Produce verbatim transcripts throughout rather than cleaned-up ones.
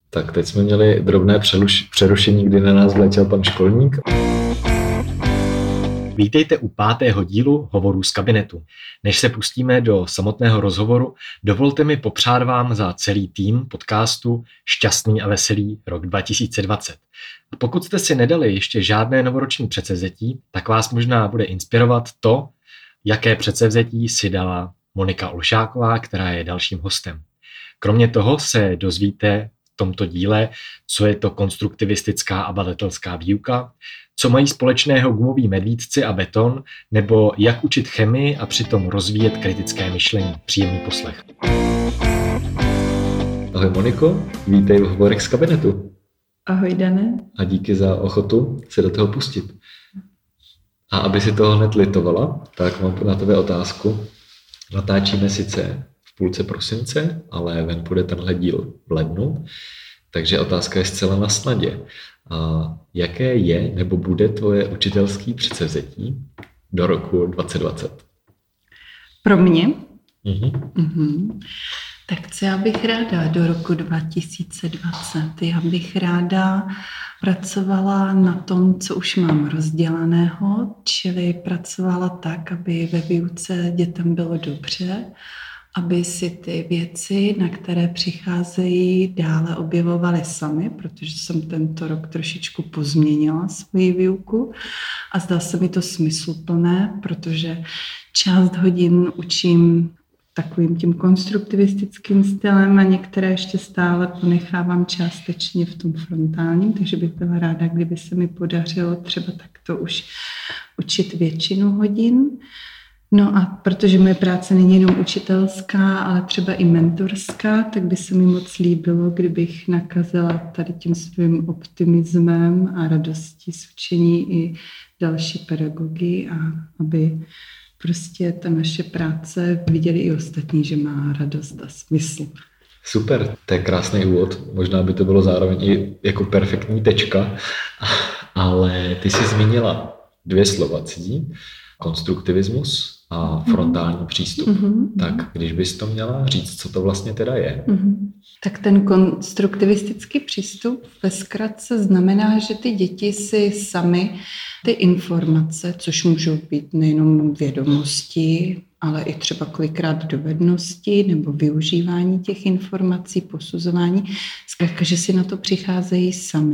Tak teď jsme měli drobné přerušení, kdy na nás vletěl pan školník. Vítejte u pátého dílu Hovorů z kabinetu. Než se pustíme do samotného rozhovoru, dovolte mi popřát vám za celý tým podcastu šťastný a veselý rok dva tisíce dvacet. A pokud jste si nedali ještě žádné novoroční předsevzetí, tak vás možná bude inspirovat to, jaké předsevzetí si dala Monika Olšáková, která je dalším hostem. Kromě toho se dozvíte v tomto díle, co je to konstruktivistická a badatelská výuka, co mají společného gumoví medvídci a beton, nebo jak učit chemii a přitom rozvíjet kritické myšlení. Příjemný poslech. Ahoj Moniko, vítej v Hovorech z kabinetu. Ahoj Dane. A díky za ochotu se do toho pustit. A aby si toho hned litovala, tak mám na tebe otázku. Natáčíme sice v půlce prosince, ale ven půjde tenhle díl v lednu, takže otázka je zcela na snadě. A jaké je nebo bude tvoje učitelské předsevzetí do roku dvacet dvacet? Pro mě? Mhm. Mhm. Tak co já bych ráda do roku dva tisíce dvacet? Já bych ráda pracovala na tom, co už mám rozdělaného, čili pracovala tak, aby ve výuce dětem bylo dobře, aby si ty věci, na které přicházejí, dále objevovaly sami, protože jsem tento rok trošičku pozměnila svoji výuku a zdá se mi to smysluplné, protože část hodin učím takovým tím konstruktivistickým stylem a některé ještě stále ponechávám částečně v tom frontálním, takže bych byla ráda, kdyby se mi podařilo třeba takto už učit většinu hodin. No a protože moje práce není jenom učitelská, ale třeba i mentorská, tak by se mi moc líbilo, kdybych nakazila tady tím svým optimismem a radostí z učení i další pedagogy a aby prostě ta naše práce viděli i ostatní, že má radost a smysl. Super, to je krásný úvod. Možná by to bylo zároveň i jako perfektní tečka, ale ty jsi zmínila dvě slova cizí, konstruktivismus a frontální mm-hmm. přístup. Mm-hmm. Tak když bys to měla říct, co to vlastně teda je? Mm-hmm. Tak ten konstruktivistický přístup ve zkratce znamená, že ty děti si sami ty informace, což můžou být nejenom vědomosti, ale i třeba kolikrát dovednosti nebo využívání těch informací, posuzování, zkrátka, že si na to přicházejí sami.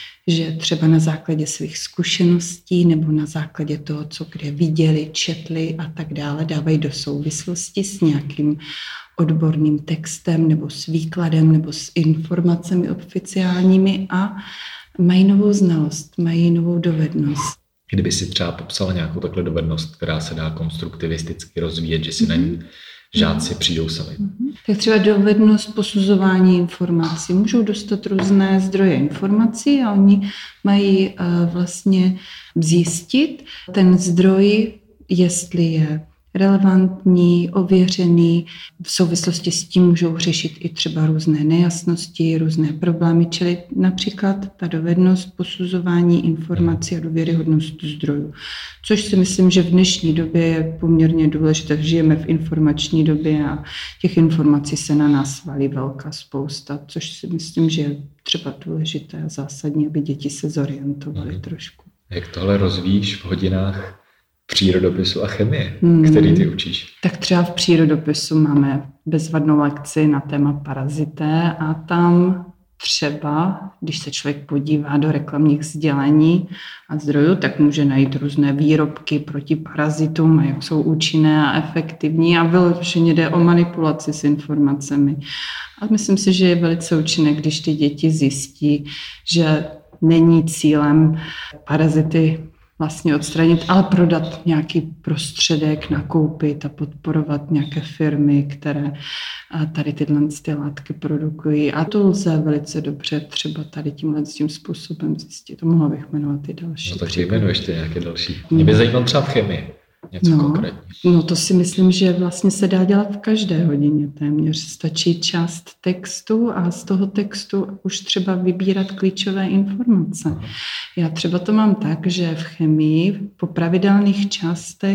Že třeba na základě svých zkušeností nebo na základě toho, co kde viděli, četli a tak dále, dávají do souvislosti s nějakým odborným textem nebo s výkladem nebo s informacemi oficiálními a mají novou znalost, mají novou dovednost. Kdyby si třeba popsala nějakou takhle dovednost, která se dá konstruktivisticky rozvíjet, že si mm-hmm. na ní žáci mm-hmm. přijdou sami. Mm-hmm. Tak třeba dovednost posuzování informací. Můžou dostat různé zdroje informací a oni mají uh, vlastně zjistit ten zdroj, jestli je relevantní, ověřený. V souvislosti s tím můžou řešit i třeba různé nejasnosti, různé problémy, čili například ta dovednost posuzování informací a důvěryhodnost zdrojů. Což si myslím, že v dnešní době je poměrně důležité. Žijeme v informační době a těch informací se na nás valí velká spousta, což si myslím, že je třeba důležité a zásadní, aby děti se zorientovaly hmm. trošku. Jak tohle rozvíjíš v hodinách přírodopisu a chemie, hmm. který ty učíš? Tak třeba v přírodopisu máme bezvadnou lekci na téma parazité a tam třeba, když se člověk podívá do reklamních sdělení a zdrojů, tak může najít různé výrobky proti parazitům a jak jsou účinné a efektivní a vyloženě jde o manipulaci s informacemi. A myslím si, že je velice účinné, když ty děti zjistí, že není cílem parazity vlastně odstranit, ale prodat nějaký prostředek, nakoupit a podporovat nějaké firmy, které tady tyhle ty látky produkují. A to lze velice dobře třeba tady tímhle tím způsobem zjistit. To mohla bych jmenovat i další. No tak jmenuji ještě nějaké další. Mě by zajímalo třeba v chemii. Něco no, konkrétní. No to si myslím, že vlastně se dá dělat v každé hodině téměř. Stačí část textu a z toho textu už třeba vybírat klíčové informace. Aha. Já třeba to mám tak, že v chemii po pravidelných částech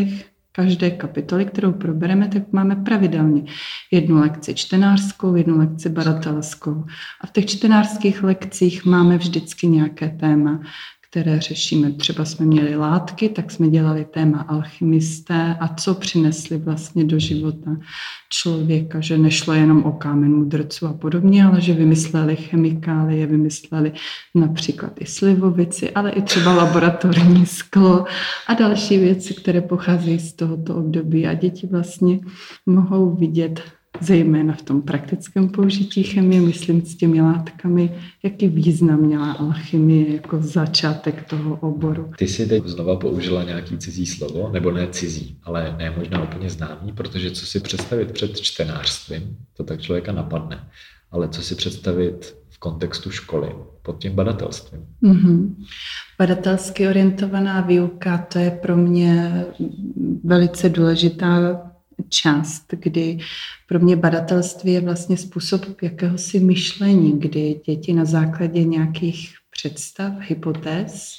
každé kapitoly, kterou probereme, tak máme pravidelně jednu lekci čtenářskou, jednu lekci badatelskou. A v těch čtenářských lekcích máme vždycky nějaké téma, které řešíme. Třeba jsme měli látky, tak jsme dělali téma alchymisté a co přinesli vlastně do života člověka, že nešlo jenom o kámen mudrců a podobně, ale že vymysleli chemikálie, vymysleli například i slivovici, ale i třeba laboratorní sklo a další věci, které pocházejí z tohoto období a děti vlastně mohou vidět zejména v tom praktickém použití chemie, myslím s těmi látkami, jaký význam měla alchymie jako začátek toho oboru. Ty jsi teď znova použila nějaký cizí slovo, nebo ne cizí, ale ne možná úplně známý, protože co si představit před čtenářstvím, to tak člověka napadne, ale co si představit v kontextu školy pod tím badatelstvím. Mm-hmm. Badatelsky orientovaná výuka, to je pro mě velice důležitá část, kdy pro mě badatelství je vlastně způsob jakéhosi myšlení, kdy děti na základě nějakých představ, hypotéz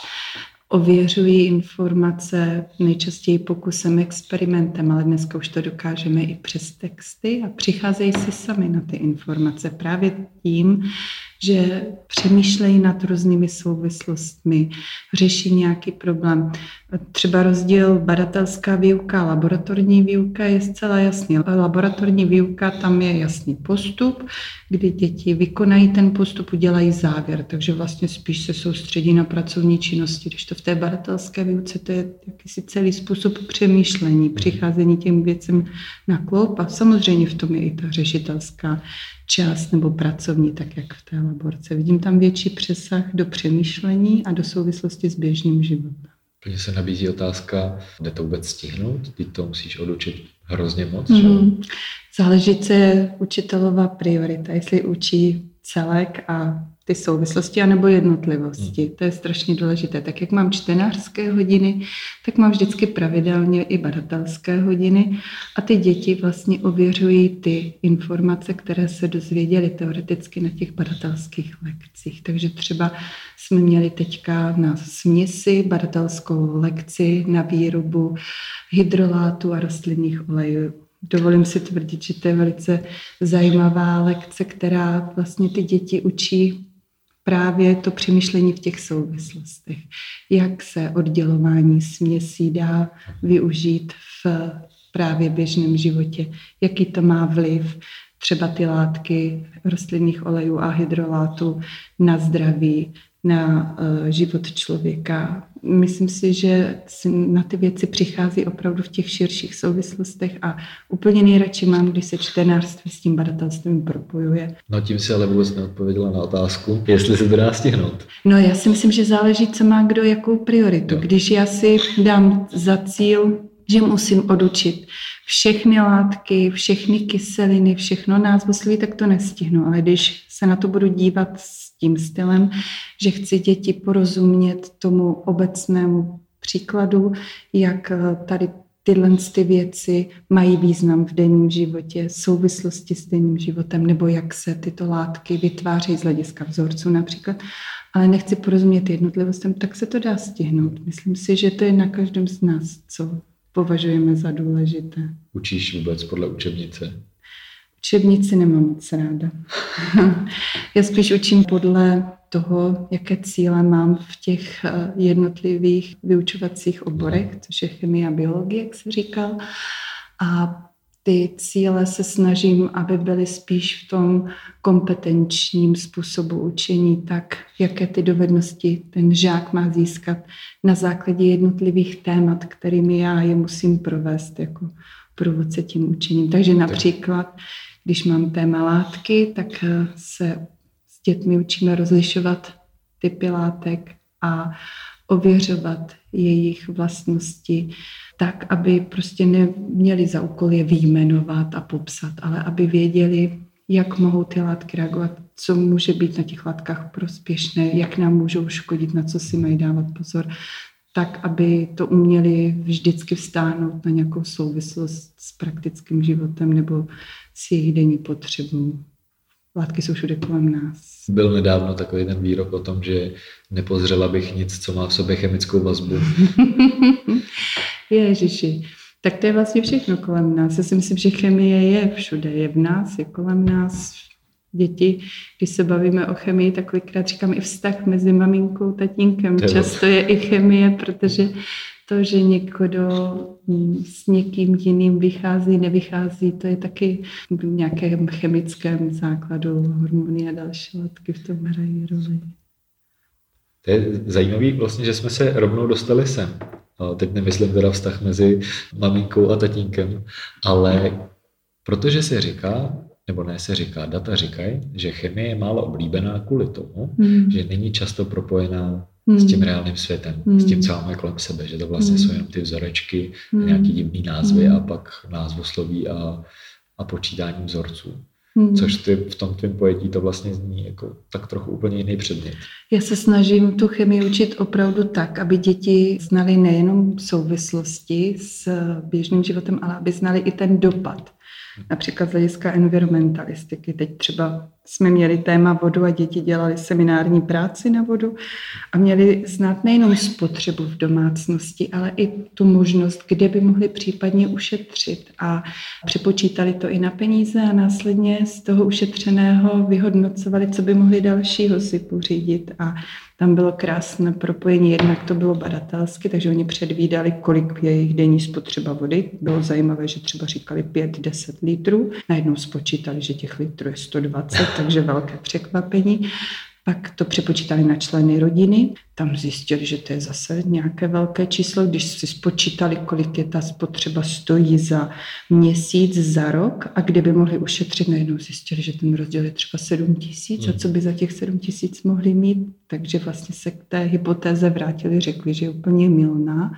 ověřují informace nejčastěji pokusem, experimentem, ale dneska už to dokážeme i přes texty a přicházejí si sami na ty informace právě tím, že přemýšlejí nad různými souvislostmi, řeší nějaký problém. Třeba rozdíl badatelská výuka a laboratorní výuka je zcela jasný. Laboratorní výuka, tam je jasný postup, kdy děti vykonají ten postup, udělají závěr, takže vlastně spíš se soustředí na pracovní činnosti, když to v té badatelské výuce to je jakýsi celý způsob přemýšlení, přicházení těm věcem na kloup a samozřejmě v tom je i ta řešitelská část nebo pracovní, tak jak v té laborce. Vidím tam větší přesah do přemýšlení a do souvislosti s běžným životem. Když se nabízí otázka, jde to vůbec stihnout? Ty to musíš odučit hrozně moc. Mm-hmm. Záleží, co je učitelová priorita, jestli učí celek a ty souvislosti, anebo jednotlivosti. Hmm. To je strašně důležité. Tak jak mám čtenářské hodiny, tak mám vždycky pravidelně i badatelské hodiny a ty děti vlastně ověřují ty informace, které se dozvěděly teoreticky na těch badatelských lekcích. Takže třeba jsme měli teďka na směsi badatelskou lekci na výrobu hydrolátu a rostlinných olejů. Dovolím si tvrdit, že to je velice zajímavá lekce, která vlastně ty děti učí právě to přemýšlení v těch souvislostech. Jak se oddělování směsí dá využít v právě běžném životě, jaký to má vliv, třeba ty látky rostlinných olejů a hydrolátu na zdraví, na uh, život člověka. Myslím si, že na ty věci přichází opravdu v těch širších souvislostech a úplně nejradši mám, když se čtenářství s tím badatelstvím propojuje. No tím si ale vůbec neodpověděla na otázku, jestli se to dá stihnout. No já si myslím, že záleží, co má kdo jakou prioritu. Jo. Když já si dám za cíl, že musím odučit všechny látky, všechny kyseliny, všechno názvosloví, tak to nestihnu. Ale když se na to budu dívat s tím stylem, že chci děti porozumět tomu obecnému příkladu, jak tady tyhle ty věci mají význam v denním životě, souvislosti s denním životem, nebo jak se tyto látky vytvářejí z hlediska vzorců například, ale nechci porozumět jednotlivostem, tak se to dá stihnout. Myslím si, že to je na každém z nás, co považujeme za důležité. Učíš vůbec podle učebnice? Učebnici nemám moc ráda. Já spíš učím podle toho, jaké cíle mám v těch jednotlivých vyučovacích oborech, což je chemie a biologie, jak jsem říkal. A ty cíle se snažím, aby byly spíš v tom kompetenčním způsobu učení, tak jaké ty dovednosti ten žák má získat na základě jednotlivých témat, kterými já je musím provést jako průvodce tím učením. Takže například, když mám téma látky, tak se s dětmi učíme rozlišovat typy látek a ověřovat jejich vlastnosti tak, aby prostě neměli za úkol je vyjmenovat a popsat, ale aby věděli, jak mohou ty látky reagovat, co může být na těch látkách prospěšné, jak nám můžou škodit, na co si mají dávat pozor, tak, aby to uměli vždycky vztáhnout na nějakou souvislost s praktickým životem nebo s jejich denní potřebou. Látky jsou všude kolem nás. Byl nedávno takový ten výrok o tom, že nepozřela bych nic, co má v sobě chemickou vazbu. Ježiši, Tak to je vlastně všechno kolem nás. Já si myslím, že chemie je všude, je v nás, je kolem nás. Děti, když se bavíme o chemii, tak kolikrát říkám i vztah mezi maminkou a tatínkem. Často je i chemie, protože to, že někdo s někým jiným vychází, nevychází, to je taky v nějakém chemickém základu, hormony a další látky v tom hrají roli. To je zajímavé vlastně, že jsme se rovnou dostali sem. Teď nemyslím teda vztah mezi maminkou a tatínkem, ale protože se říká, nebo ne se říká, data říkají, že chemie je málo oblíbená kvůli tomu, hmm. že není často propojená hmm. s tím reálným světem, hmm. s tím, co máme kolem sebe, že to vlastně hmm. jsou jenom ty vzorečky, hmm. nějaký divný názvy hmm. a pak názvosloví a, a počítání vzorců. Hmm. Což ty v tom tvém pojetí to vlastně zní jako tak trochu úplně jiný předmět. Já se snažím tu chemii učit opravdu tak, aby děti znali nejenom souvislosti s běžným životem, ale aby znali i ten dopad. Například z hlediska environmentalistiky. Teď třeba jsme měli téma vodu a děti dělali seminární práci na vodu a měli znát nejenom spotřebu v domácnosti, ale i tu možnost, kde by mohli případně ušetřit. A přepočítali to i na peníze a následně z toho ušetřeného vyhodnocovali, co by mohli dalšího si pořídit. A tam bylo krásné propojení, jednak to bylo badatelsky, takže oni předvídali, kolik je jejich denní spotřeba vody. Bylo zajímavé, že třeba říkali pět deset litrů, najednou spočítali, že těch litrů je sto dvacet, takže velké překvapení. Pak to přepočítali na členy rodiny, tam zjistili, že to je zase nějaké velké číslo, když si spočítali, kolik je ta spotřeba stojí za měsíc, za rok a kde by mohli ušetřit, najednou zjistili, že ten rozdíl je třeba sedm tisíc a co by za těch sedm tisíc mohli mít, takže vlastně se k té hypotéze vrátili, řekli, že je úplně mylná.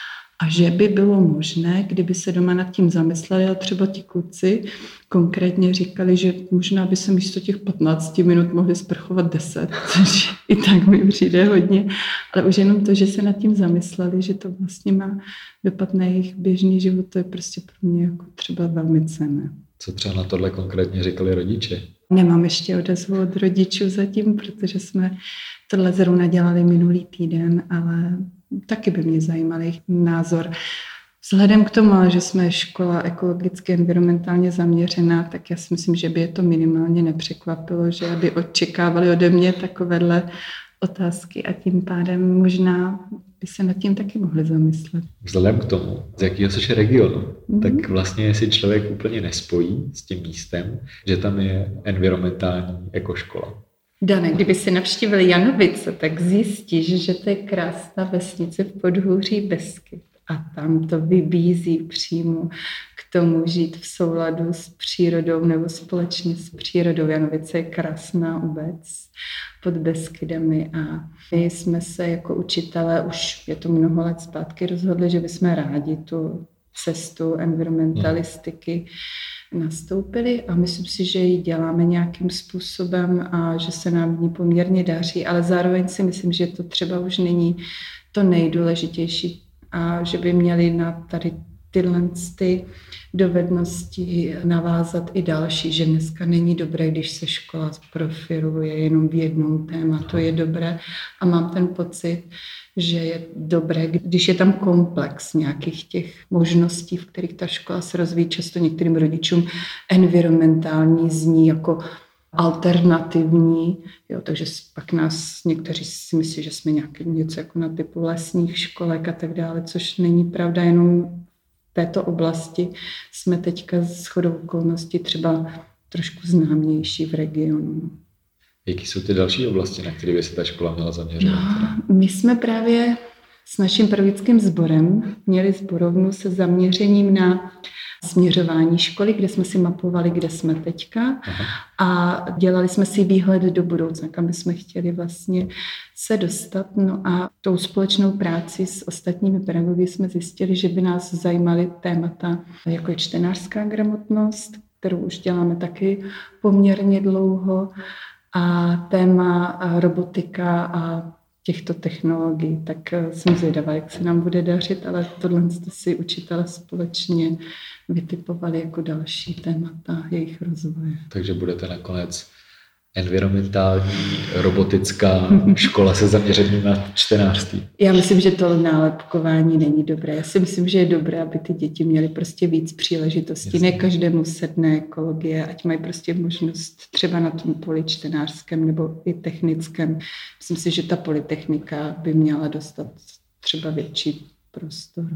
A že by bylo možné, kdyby se doma nad tím zamysleli, a třeba ti kluci konkrétně říkali, že možná by se místo těch patnáct minut mohli sprchovat deset, což i tak mi přijde hodně, ale už jenom to, že se nad tím zamysleli, že to vlastně má dopad na jejich běžný život, to je prostě pro mě jako třeba velmi cenné. Co třeba na tohle konkrétně říkali rodiče? Nemám ještě odezvu od rodičů zatím, protože jsme tohle zrovna dělali minulý týden, ale taky by mě zajímal jejich názor. Vzhledem k tomu, že jsme škola ekologicky environmentálně zaměřená, tak já si myslím, že by je to minimálně nepřekvapilo, že aby očekávali ode mě takovéhle otázky a tím pádem možná by se nad tím taky mohli zamyslet. Vzhledem k tomu, z jakého jsi regionu, mm-hmm. tak vlastně si člověk úplně nespojí s tím místem, že tam je environmentální ekoškola. Dane, kdyby si navštívil Janovice, tak zjistíš, že to je krásná vesnice v podhůří Beskyt. A tam to vybízí přímo k tomu žít v souladu s přírodou nebo společně s přírodou. Janovice je krásná obec pod Beskydami a my jsme se jako učitelé, už je to mnoho let zpátky, rozhodli, že bychom rádi tu cestu environmentalistiky nastoupili a myslím si, že ji děláme nějakým způsobem a že se nám v ní poměrně daří, ale zároveň si myslím, že to třeba už není to nejdůležitější a že by měli na tady tyhle ty dovednosti navázat i další, že dneska není dobré, když se škola profiluje jenom v jednom tématu, je dobré a mám ten pocit, že je dobré, když je tam komplex nějakých těch možností, v kterých ta škola se rozvíjí, často některým rodičům environmentální zní jako alternativní, jo, takže pak nás někteří si myslí, že jsme nějaký něco jako na typu lesních školek a tak dále, což není pravda, jenom v této oblasti jsme teďka shodou okolností třeba trošku známější v regionu. Jaký jsou ty další oblasti, na které by se ta škola měla zaměřovat? No, my jsme právě s naším pedagogickým sborem měli sborovnu se zaměřením na směřování školy, kde jsme si mapovali, kde jsme teďka. Aha. A dělali jsme si výhled do budoucna, kam bychom chtěli vlastně se dostat. No a tou společnou práci s ostatními pedagogy jsme zjistili, že by nás zajímaly témata, jako je čtenářská gramotnost, kterou už děláme taky poměrně dlouho, a téma robotika a těchto technologií, tak jsem zvědavá, jak se nám bude dařit, ale tohle si učitelé společně vytipovali jako další témata jejich rozvoje. Takže budete nakonec environmentální robotická škola se zaměřením na čtenářství. Já myslím, že to nálepkování není dobré. Já si myslím, že je dobré, aby ty děti měly prostě víc příležitostí. Jasně. Ne každému sedne ekologie, ať mají prostě možnost třeba na tom poli čtenářském nebo i technickém. Myslím si, že ta polytechnika by měla dostat třeba větší prostor.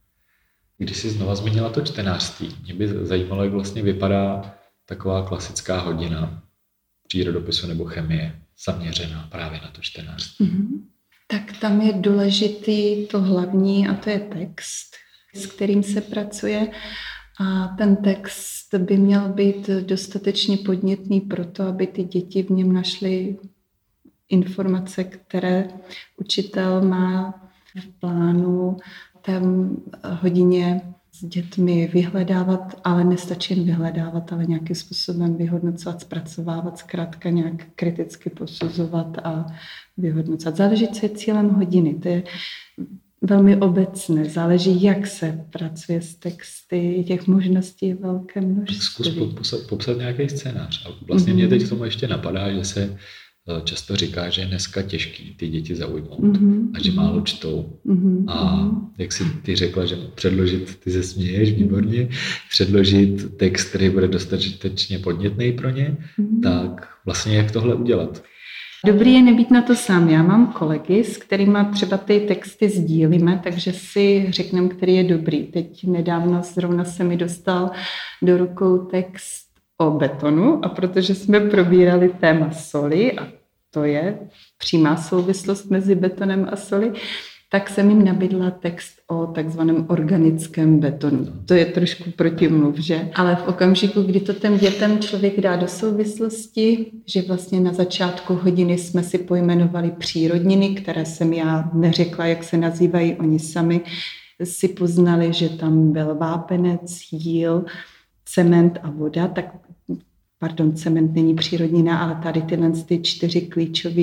Když jsi znova zmínila to čtenářství, mě by zajímalo, jak vlastně vypadá taková klasická hodina přírodopisu nebo chemie zaměřená právě na to čtenářství. Mm-hmm. Tak tam je důležitý to hlavní a to je text, s kterým se pracuje. A ten text by měl být dostatečně podnětný pro to, aby ty děti v něm našly informace, které učitel má v plánu té hodině s dětmi vyhledávat, ale nestačí jen vyhledávat, ale nějakým způsobem vyhodnocovat, zpracovávat, zkrátka nějak kriticky posuzovat a vyhodnocovat. Záleží, co je cílem hodiny. To je velmi obecné. Záleží, jak se pracuje s texty. Těch možností je velké množství. Zkus popsat, popsat nějaký scénář. A vlastně mm-hmm. mě teď k tomu ještě napadá, že se často říká, že je dneska těžký ty děti zaujmout mm-hmm. a že málo čtou. Mm-hmm. A jak si ty řekla, že předložit, ty se směješ výborně, předložit text, který bude dostatečně podnětný pro ně, mm-hmm. tak vlastně jak tohle udělat? Dobrý je nebýt na to sám. Já mám kolegy, s kterými třeba ty texty sdílíme, takže si řekneme, který je dobrý. Teď nedávno zrovna se mi dostal do rukou text o betonu a protože jsme probírali téma soli a to je přímá souvislost mezi betonem a soli, tak jsem jim nabídla text o takzvaném organickém betonu. To je trošku protimluv, že? Ale v okamžiku, kdy to těm dětem člověk dá do souvislosti, že vlastně na začátku hodiny jsme si pojmenovali přírodniny, které jsem já neřekla, jak se nazývají, oni sami si poznali, že tam byl vápenec, jíl, cement a voda, tak pardon, cement není přírodnina, ale tady tyhle ty čtyři klíčové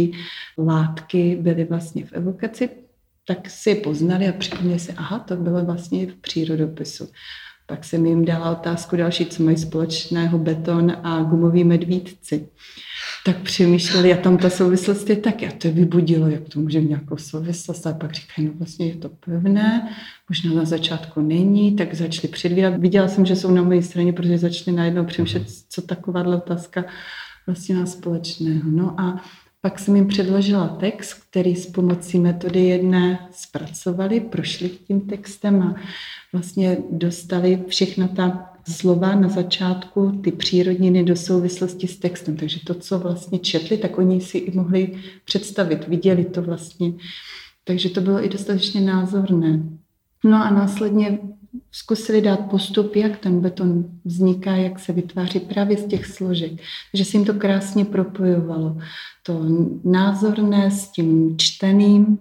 látky byly vlastně v evokaci, tak si je poznali a připomněli si, aha, to bylo vlastně v přírodopisu. Pak jsem jim dala otázku další, co mají společného beton a gumoví medvídci. Tak přemýšleli a tam ta souvislost je tak, a to je vybudilo, jak to může mít nějakou souvislost. A pak říkají, no vlastně je to pevné, možná na začátku není, tak začali předvídat. Viděla jsem, že jsou na mojí straně, protože začali najednou přemýšlet, co takováhle otázka vlastně má společného. No a pak jsem jim předložila text, který s pomocí metody jedné zpracovali, prošli tím textem a vlastně dostali všechna ta slova na začátku, ty přírodniny do souvislosti s textem. Takže to, co vlastně četli, tak oni si i mohli představit, viděli to vlastně. Takže to bylo i dostatečně názorné. No a následně zkusili dát postup, jak ten beton vzniká, jak se vytváří právě z těch složek. Takže se jim to krásně propojovalo. To názorné s tím čteným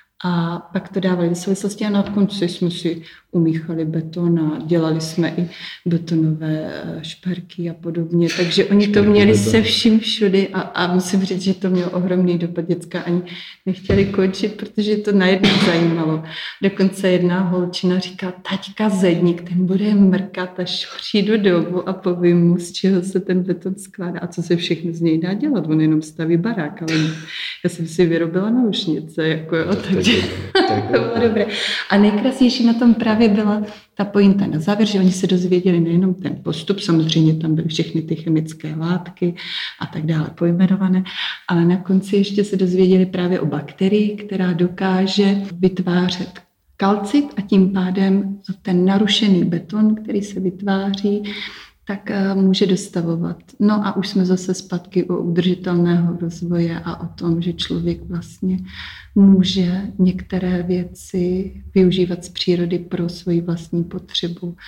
a pak to dávali do souvislosti a na konci jsme si umíchali beton a dělali jsme i betonové šperky a podobně. Takže oni to měli se vším všudy a, a musím říct, že to mělo ohromný dopad. Děcka ani nechtěli končit, protože to najednou zajímalo. Dokonce jedna holčina říká, taťka Zedník, ten bude mrkat, až přijdu domů a povím mu, z čeho se ten beton skládá a co se všechno z něj dá dělat. On jenom staví barák, ale já jsem si vyrobila naušnice, jako jo, takže to bylo dobré. A nejkrásnější na tom právě byla ta pointa na závěr, že oni se dozvěděli nejenom ten postup, samozřejmě tam byly všechny ty chemické látky a tak dále pojmenované, ale na konci ještě se dozvěděli právě o bakterii, která dokáže vytvářet kalcit a tím pádem ten narušený beton, který se vytváří, tak může dostavovat. No a už jsme zase zpátky u udržitelného rozvoje a o tom, že člověk vlastně může některé věci využívat z přírody pro svoji vlastní potřebu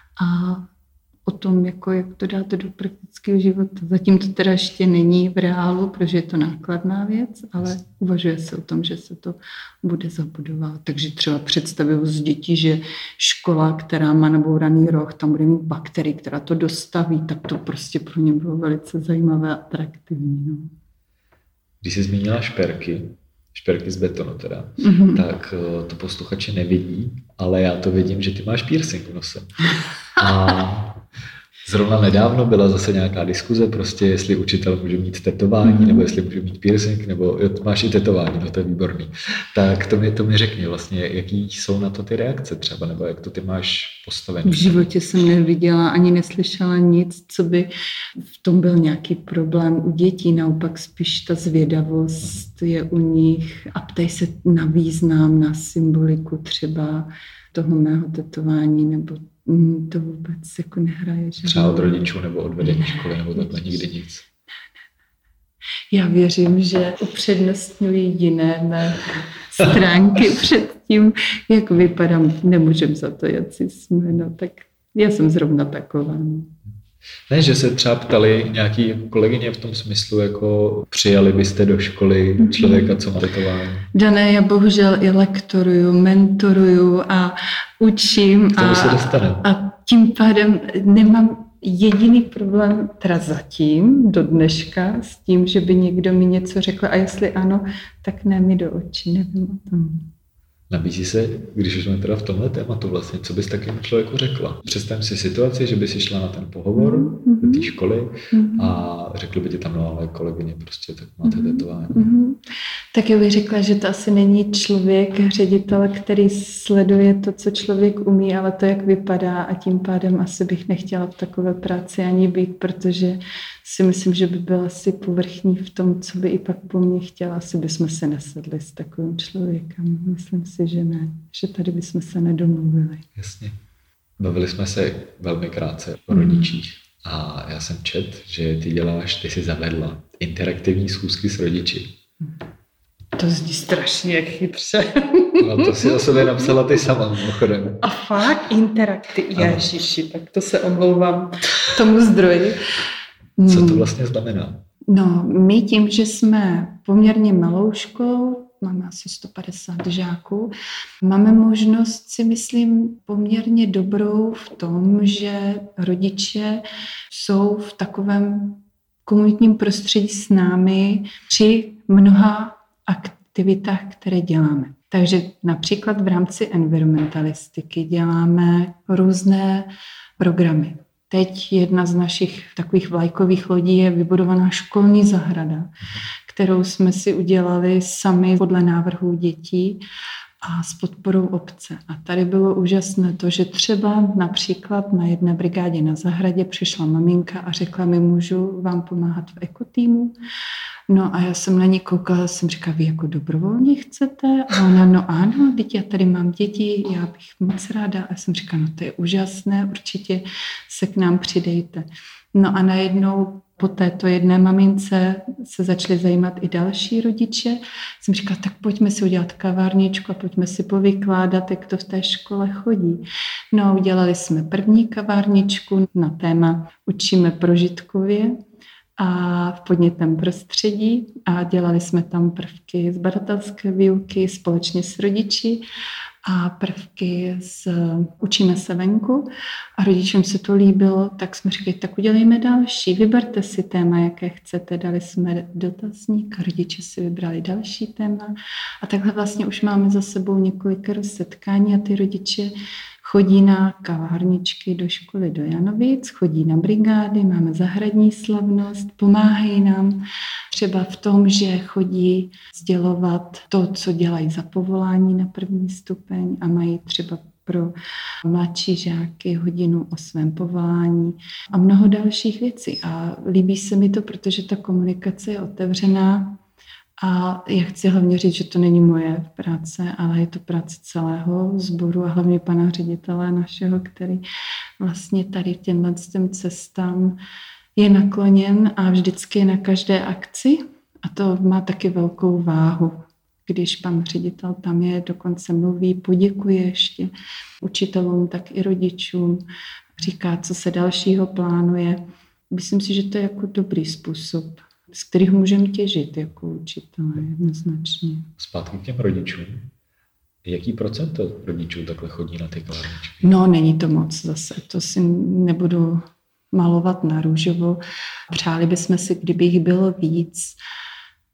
a o tom, jako jak to dát do praktického života. Zatím to teda ještě není v reálu, protože je to nákladná věc, ale uvažuje se o tom, že se to bude zabudovat. Takže třeba představivost dětí, že škola, která má nabouraný roh, tam bude mít bakterii, která to dostaví, tak to prostě pro ně bylo velice zajímavé a atraktivní. No. Když jsi zmínila šperky, šperky z betonu teda, mm-hmm. tak to posluchači nevidí, ale já to vidím, že ty máš piercing v nose. A Zrovna nedávno byla zase nějaká diskuze, prostě jestli učitel může mít tetování, mm. nebo jestli může mít piercing, nebo jo, máš i tetování, no to je výborný. Tak to mi, to mi řekni vlastně, jaký jsou na to ty reakce třeba, nebo jak to ty máš postavený. V životě jsem neviděla ani neslyšela nic, co by v tom byl nějaký problém u dětí, naopak spíš ta zvědavost je u nich a ptají se na význam, na symboliku třeba toho mého tetování, nebo to vůbec jako nehraje. Že třeba od rodičů nebo od vedení školy, nebo takhle nikdy nic. Já věřím, že upřednostňují jiné mé stránky před tím, jak vypadám. Nemůžem za to, jak si jsme, no tak já jsem zrovna taková. Ne, že se třeba ptali nějaký kolegyně v tom smyslu, jako přijali byste do školy člověka, co má tetování? Dané, já bohužel i lektoruju, mentoruju a učím a, a tím pádem nemám jediný problém teda zatím, do dneška, s tím, že by někdo mi něco řekl a jestli ano, tak ne mi do očí, nevím o tom. Nabízí se, když už jsme teda v tomhle tématu vlastně, co bys takovému člověku řekla? Představím si situaci, že by si šla na ten pohovor mm-hmm. do té školy mm-hmm. a řekli by ti tam, no ale kolegyně, prostě tak máte mm-hmm. tetování. Mm-hmm. Tak já bych řekla, že to asi není člověk, ředitel, který sleduje to, co člověk umí, ale to, jak vypadá a tím pádem asi bych nechtěla v takové práci ani být, protože si myslím, že by byl asi povrchní v tom, co by i pak po mně chtěla. Asi bychom se nesedli s takovým člověkem. Myslím si, že ne. Že tady bychom se nedomluvili. Jasně. Bavili jsme se velmi krátce o rodičích. Mm. A já jsem čet, že ty děláš, ty si zavedla interaktivní schůzky s rodiči. To zní strašně chytře. No to si o sobě napsala ty sama, mimochodem. A fakt interaktiv. Ježiši, tak to se omlouvám tomu zdroji. Co to vlastně znamená? No, my tím, že jsme poměrně malou školou, máme asi sto padesát žáků, máme možnost, si myslím, poměrně dobrou v tom, že rodiče jsou v takovém komunitním prostředí s námi při mnoha aktivitách, které děláme. Takže například v rámci environmentalistiky děláme různé programy. Teď jedna z našich takových vlajkových lodí je vybudovaná školní zahrada, kterou jsme si udělali sami podle návrhů dětí a s podporou obce. A tady bylo úžasné to, že třeba například na jedné brigádě na zahradě přišla maminka a řekla mi, můžu vám pomáhat v ekotýmu? No a já jsem na ní koukala, jsem říkala, vy jako dobrovolně chcete? A ona, no ano, teď já tady mám děti, já bych moc ráda. A jsem říkala, no to je úžasné, určitě se k nám přidejte. No a najednou po této jedné mamince se začaly zajímat i další rodiče. Jsem říkala, tak pojďme si udělat kavárničku a pojďme si povykládat, jak to v té škole chodí. No a udělali jsme první kavárničku na téma Učíme prožitkově a v podnětném prostředí a dělali jsme tam prvky z badatelské výuky společně s rodiči a prvky z Učíme se venku a rodičům se to líbilo, tak jsme říkali, tak udělejme další, vyberte si téma, jaké chcete, dali jsme dotazník a rodiče si vybrali další téma a takhle vlastně už máme za sebou několik setkání a ty rodiče chodí na kavárničky do školy do Janovic, chodí na brigády, máme zahradní slavnost, pomáhají nám třeba v tom, že chodí sdělovat to, co dělají za povolání na první stupeň a mají třeba pro mladší žáky hodinu o svém povolání a mnoho dalších věcí. A líbí se mi to, protože ta komunikace je otevřená. A já chci hlavně říct, že to není moje práce, ale je to práce celého sboru a hlavně pana ředitele našeho, který vlastně tady těmhle těm cestám je nakloněn a vždycky je na každé akci. A to má taky velkou váhu, když pan ředitel tam je, dokonce mluví, poděkuje ještě učitelům, tak i rodičům, říká, co se dalšího plánuje. Myslím si, že to je jako dobrý způsob, z kterých můžeme těžit jako učitelé jednoznačně. Zpátky k těm rodičům. Jaký procento rodičů takhle chodí na ty kavárničky? No, není to moc zase. To si nebudu malovat na růžovo. Přáli bychom si, kdyby jich bylo víc.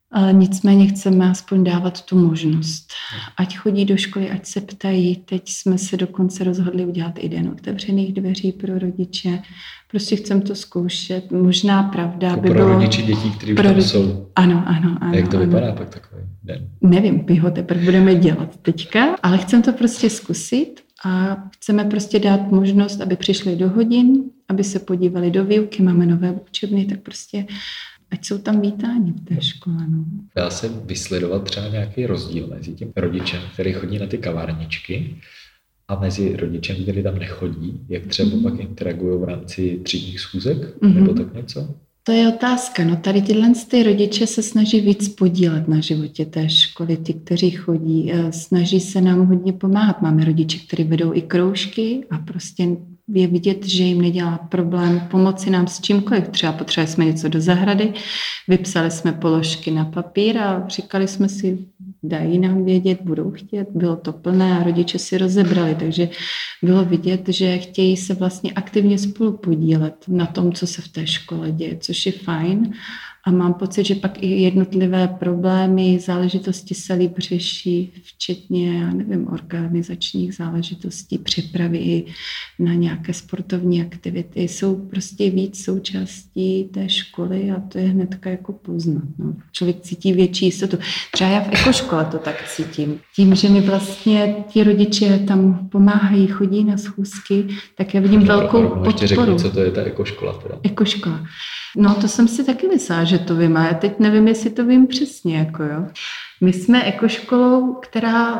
Ale nicméně chceme aspoň dávat tu možnost. Ať chodí do školy, ať se ptají. Teď jsme se dokonce rozhodli udělat i den otevřených dveří pro rodiče. Prostě chceme to zkoušet. Možná pravda jako by pro bylo... Pro rodiče dětí, kteří už pro tam rodi... jsou. Ano, ano, ano. A jak to ano. vypadá pak takový den? Nevím, my ho teprve budeme dělat teďka, ale chceme to prostě zkusit a chceme prostě dát možnost, aby přišli do hodin, aby se podívali do výuky, máme nové učebny, tak prostě ať jsou tam vítáni v té škole. No. Dá se vysledovat třeba nějaký rozdíl mezi tím rodičem, který chodí na ty kavárničky, a mezi rodičem, který tam nechodí, jak třeba mm. pak interagují v rámci třídních schůzek, mm. nebo tak něco? To je otázka. No tady tyhle ty rodiče se snaží víc podílet na životě té školy, ty, kteří chodí. Snaží se nám hodně pomáhat. Máme rodiče, kteří vedou i kroužky a prostě je vidět, že jim nedělá problém pomoci nám s čímkoliv. Třeba potřebovali jsme něco do zahrady, vypsali jsme položky na papír a říkali jsme si, dají nám vědět, budou chtět. Bylo to plné a rodiče si rozebrali, takže bylo vidět, že chtějí se vlastně aktivně spolu podílet na tom, co se v té škole děje, což je fajn. A mám pocit, že pak i jednotlivé problémy, záležitosti se líp řeší, včetně, já nevím, organizačních záležitostí, přepravy i na nějaké sportovní aktivity. Jsou prostě víc součástí té školy a to je hnedka jako poznat. No. Člověk cítí větší jistotu. Třeba já v ekoškole to tak cítím. Tím, že mi vlastně ti rodiče tam pomáhají, chodí na schůzky, tak já vidím no, velkou podporu. Ještě řekni, co to je ta ekoškola teda. Ekoškola. No to jsem si taky myslela, že to vím, a já teď nevím, jestli to vím přesně. Jako jo. My jsme ekoškolou, která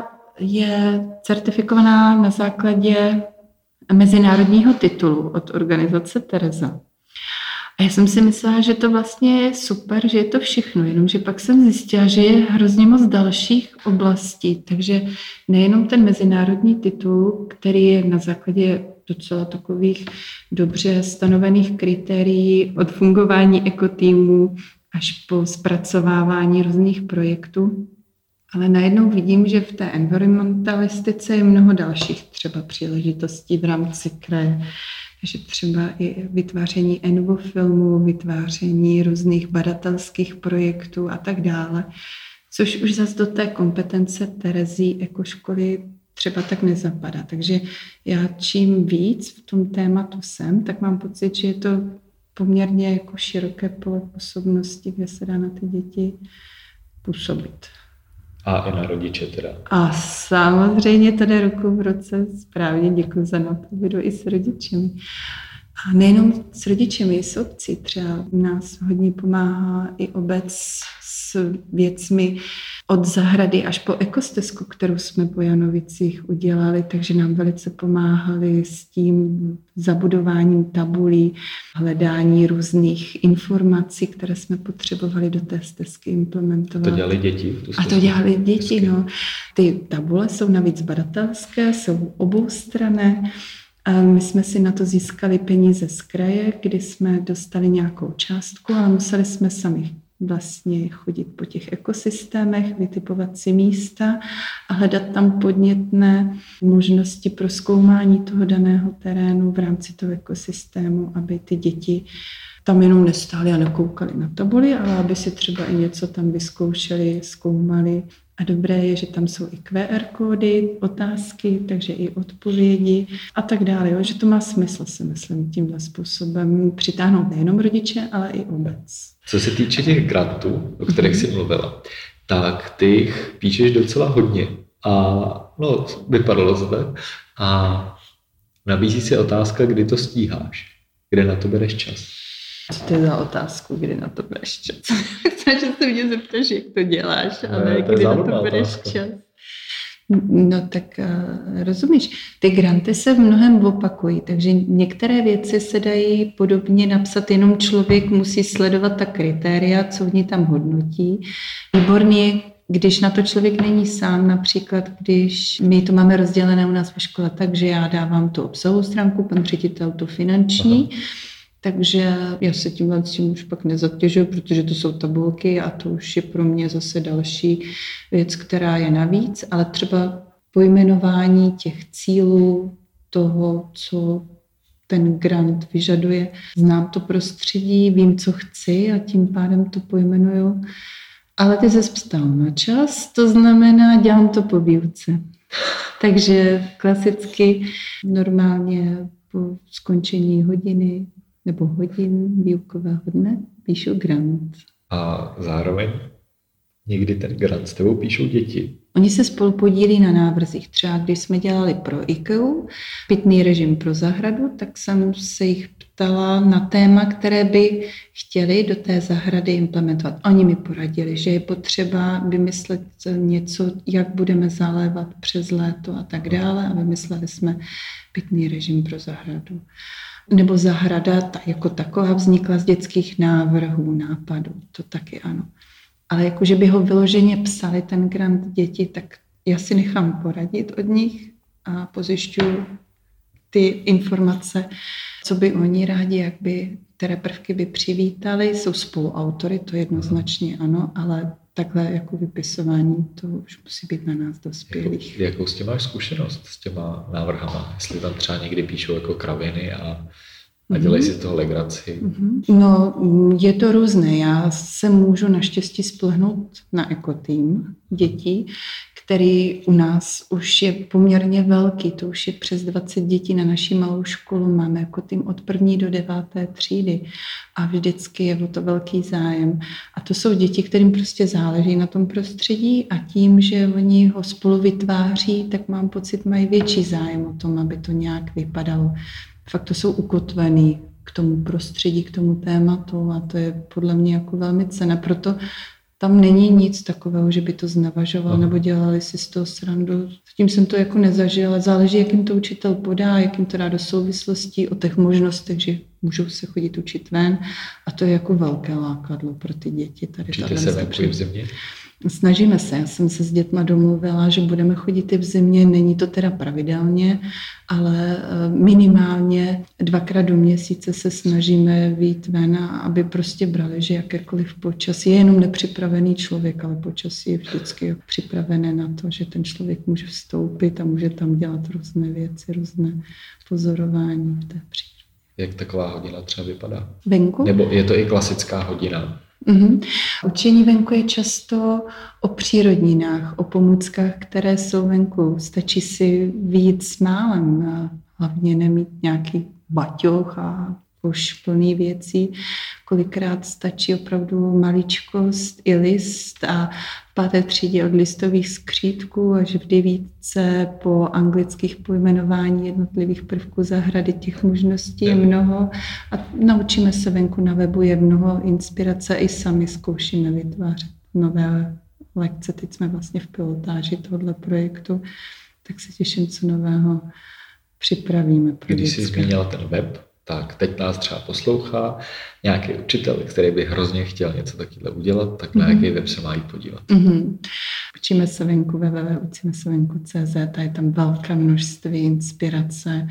je certifikovaná na základě mezinárodního titulu od organizace Tereza. A já jsem si myslela, že to vlastně je super, že je to všechno, jenomže pak jsem zjistila, že je hrozně moc dalších oblastí, takže nejenom ten mezinárodní titul, který je na základě docela takových dobře stanovených kritérií od fungování ekotýmu až po zpracovávání různých projektů. Ale najednou vidím, že v té environmentalistice je mnoho dalších třeba příležitostí v rámci kraje. Takže třeba i vytváření envofilmů, vytváření různých badatelských projektů a tak dále. Což už zase do té kompetence Terezí ekoškoly třeba tak nezapadá. Takže já čím víc v tom tématu jsem, tak mám pocit, že je to poměrně jako široké pole působnosti, kde se dá na ty děti působit. A i na rodiče teda. A samozřejmě to jde ruku v ruce, správně děkuji za napovědu i s rodičemi. A nejenom s rodičemi, i s obcí. Třeba nás hodně pomáhá i obec s věcmi od zahrady až po ekostezku, kterou jsme po Janovicích udělali, takže nám velice pomáhali s tím zabudováním tabulí, hledání různých informací, které jsme potřebovali do té stezky implementovat. To dělali děti? A to dělali děti, no. Ty tabule jsou navíc badatelské, jsou oboustranné. A my jsme si na to získali peníze z kraje, kdy jsme dostali nějakou částku, ale museli jsme sami vlastně chodit po těch ekosystémech, vytipovat si místa a hledat tam podnětné možnosti pro zkoumání toho daného terénu v rámci toho ekosystému, aby ty děti tam jenom nestály a nekoukali na tabuli, ale aby si třeba i něco tam vyzkoušeli, zkoumali. A dobré je, že tam jsou i Q R kódy, otázky, takže i odpovědi a tak dále. Jo? Že to má smysl, si myslím, tímhle způsobem přitáhnout nejenom rodiče, ale i obec. Co se týče těch grantů, o kterých jsi mluvila, tak ty jich píšeš docela hodně. A no, vypadalo to tak. A nabízí se otázka, kdy to stíháš, kde na to bereš čas. Co to je za otázku, kdy na to bereš čas? Chceš, že se mě zeptáš, jak to děláš, ale ne, kdy na to bereš otázka. Čas. No tak uh, rozumíš, ty granty se v mnohem opakují, takže některé věci se dají podobně napsat, jenom člověk musí sledovat ta kritéria, co oni tam hodnotí. Výborný je, když na to člověk není sám, například když my to máme rozdělené u nás ve škole, takže já dávám tu obsahovou stránku, pan ředitel tu finanční. Aha. Takže já se tímhle s tím už pak nezatěžuji, protože to jsou tabulky a to už je pro mě zase další věc, která je navíc, ale třeba pojmenování těch cílů, toho, co ten grant vyžaduje. Znám to prostředí, vím, co chci a tím pádem to pojmenuju. Ale ty ses ptal na čas, to znamená, dělám to po výuce. Takže klasicky normálně po skončení hodiny nebo hodin výukového dne píšu grant. A zároveň někdy ten grant s tebou píšou děti. Oni se spolu podílí na návrzích. Třeba když jsme dělali pro IKEA pitný režim pro zahradu, tak jsem se jich ptala na téma, které by chtěli do té zahrady implementovat. Oni mi poradili, že je potřeba vymyslet něco, jak budeme zalévat přes léto a tak dále, a vymysleli jsme pitný režim pro zahradu. Nebo zahrada ta, jako taková vznikla z dětských návrhů, nápadů, to taky ano. Ale jakože by ho vyloženě psali ten grant děti, tak já si nechám poradit od nich a pozjišťuju ty informace, co by oni rádi, jak by, které prvky by přivítali. Jsou spoluautory, to jednoznačně ano, ale takhle jako vypisování, to už musí být na nás dospělých. Jako, jakou s tím máš zkušenost, s těma návrhama? Jestli tam třeba někdy píšou jako kraviny a A dělají si z toho legraci? No, je to různé. Já se můžu naštěstí spolehnout na ekotým dětí, který u nás už je poměrně velký. To už je přes dvacet dětí na naší malou školu. Máme ekotým od první do deváté třídy a vždycky je o to velký zájem. A to jsou děti, kterým prostě záleží na tom prostředí a tím, že oni ho spolu vytváří, tak mám pocit, mají větší zájem o tom, aby to nějak vypadalo. Fakt to jsou ukotvený k tomu prostředí, k tomu tématu a to je podle mě jako velmi cenné. Proto tam není nic takového, že by to znevažoval nebo dělali si z toho srandu. Tím jsem to jako nezažila. Záleží, jak jim to učitel podá, jak jim to dá do souvislostí, o těch možnostech, že můžou se chodit učit ven a to je jako velké lákadlo pro ty děti. Tady Učíte se venku v zimě? Snažíme se. Já jsem se s dětma domluvila, že budeme chodit i v zimě. Není to teda pravidelně, ale minimálně dvakrát do měsíce se snažíme vyjít ven, aby prostě brali, že jakékoliv počasí je jenom nepřipravený člověk, ale počasí je vždycky připravené na to, že ten člověk může vstoupit a může tam dělat různé věci, různé pozorování v té přírodě. Jak taková hodina třeba vypadá? Venku? Nebo je to i klasická hodina? Uhum. Učení venku je často o přírodninách, o pomůckách, které jsou venku. Stačí si vyjít s málem, a hlavně nemít nějaký baťoch a koš plný věcí. Kolikrát stačí opravdu maličkost i list a v páté třídě od listových skřítků až v devítce po anglických pojmenování jednotlivých prvků zahrady. Těch možností je mnoho a naučíme se venku na webu, je mnoho inspirace, i sami zkoušíme vytvářet nové lekce. Teď jsme vlastně v pilotáži tohoto projektu, tak se těším, co nového připravíme. Když jsi zmínila ten web, tak teď nás třeba poslouchá nějaký učitel, který by hrozně chtěl něco takového udělat, tak na mm-hmm. jaký web se má jít podívat? Mm-hmm. Učíme se venku, www učíme se venku tečka cé zet a je tam velké množství inspirace.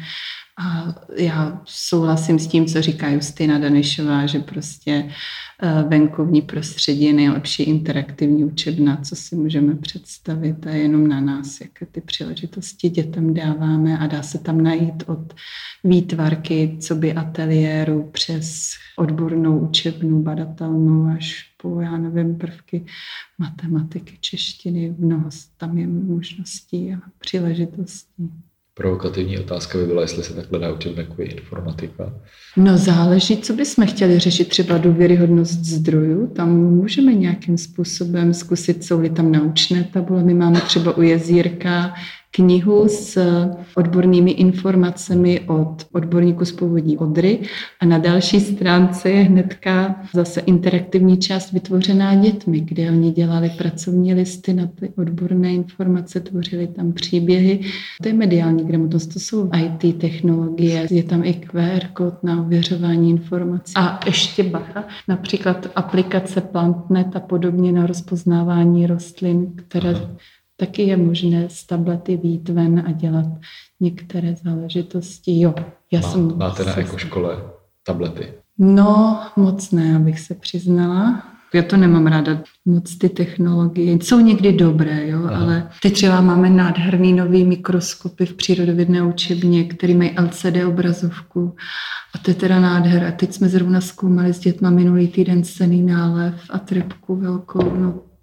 A já souhlasím s tím, co říká Justina Danišová, že prostě venkovní prostředí je nejlepší interaktivní učebna, co si můžeme představit a jenom na nás, jaké ty příležitosti dětem dáváme a dá se tam najít od výtvarky, co by ateliéru, přes odbornou učebnu, badatelnou až po, já nevím, prvky matematiky, češtiny, mnoho tam je možností a příležitostí. Provokativní otázka by byla, jestli se takhle dá učit venku je informatika. No záleží, co bychom chtěli řešit, třeba důvěryhodnost zdrojů. Tam můžeme nějakým způsobem zkusit, jsou-li tam naučné tabule. My máme třeba u Jezírka knihu s odbornými informacemi od odborníků z povodí Odry a na další stránce je hnedka zase interaktivní část vytvořená dětmi, kde oni dělali pracovní listy na ty odborné informace, tvořili tam příběhy. To je mediální gramotnost, to jsou í té technologie, je tam i Q R kód na ověřování informací. A ještě bacha, například aplikace PlantNet a podobně na rozpoznávání rostlin, které Aha. taky je možné z tablety vyjít ven a dělat některé záležitosti. Jo, já Má, jsem... Máte na ekoškole tablety? No, moc ne, abych se přiznala. Já to nemám ráda moc ty technologie. Jsou někdy dobré, jo, Aha. ale teď třeba máme nádherný nový mikroskopy v přírodovědné učebně, který mají L C D obrazovku. A to je teda nádhera. Teď jsme zrovna zkoumali s dětma minulý týden cenný nálev a trybku velkou. No,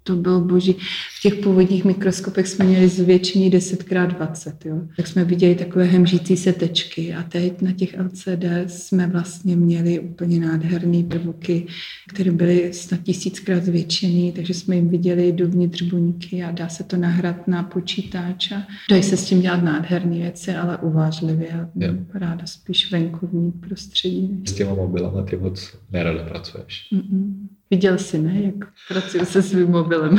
to bylo boží. V těch původních mikroskopech jsme měli zvětšení deset krát dvacet, jo. Tak jsme viděli takové hemžící se tečky a teď na těch L C D jsme vlastně měli úplně nádherné prvky, které byly snad tisíckrát zvětšený, takže jsme jim viděli dovnitř buňky a dá se to nahrát na počítač a dají se s tím dělat nádherné věci, ale uvážlivě a ráda spíš venkovní prostředí. S těma mobilama ty moc nerada pracuješ. Mm-mm. Viděl jsi, ne, jak pracuji se svým mobilem.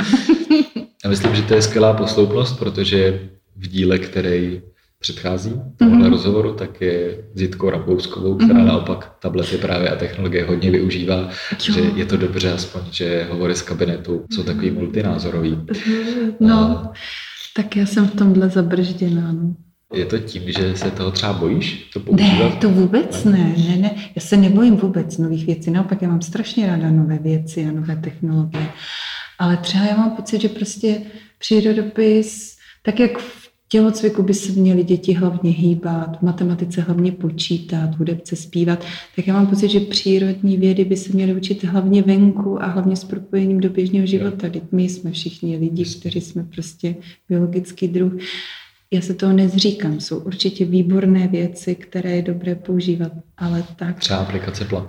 Já myslím, že to je skvělá posloupnost, protože v díle, který předchází tomuhle mm-hmm. rozhovoru, tak je s Jitkou Rambouskovou, která mm-hmm. naopak tablety právě a technologie hodně využívá, jo. Že je to dobře aspoň, že hovory z kabinetu jsou takový multinázorový. No, a... tak já jsem v tomhle zabržděná, no. Je to tím, že se toho třeba bojíš? To používat? Ne, to vůbec ne, ne, ne. Já se nebojím vůbec nových věcí. Naopak já mám strašně ráda nové věci a nové technologie. Ale třeba já mám pocit, že prostě přírodopis, tak jak v tělocviku by se měly děti hlavně hýbat, v matematice hlavně počítat, v hudebce zpívat, tak já mám pocit, že přírodní vědy by se měly učit hlavně venku a hlavně s propojením do běžného života. Teď my jsme všichni lidi, kteří jsme prostě biologický druh. Já se toho nezříkám, jsou určitě výborné věci, které je dobré používat, ale tak... Třeba aplikace Plat.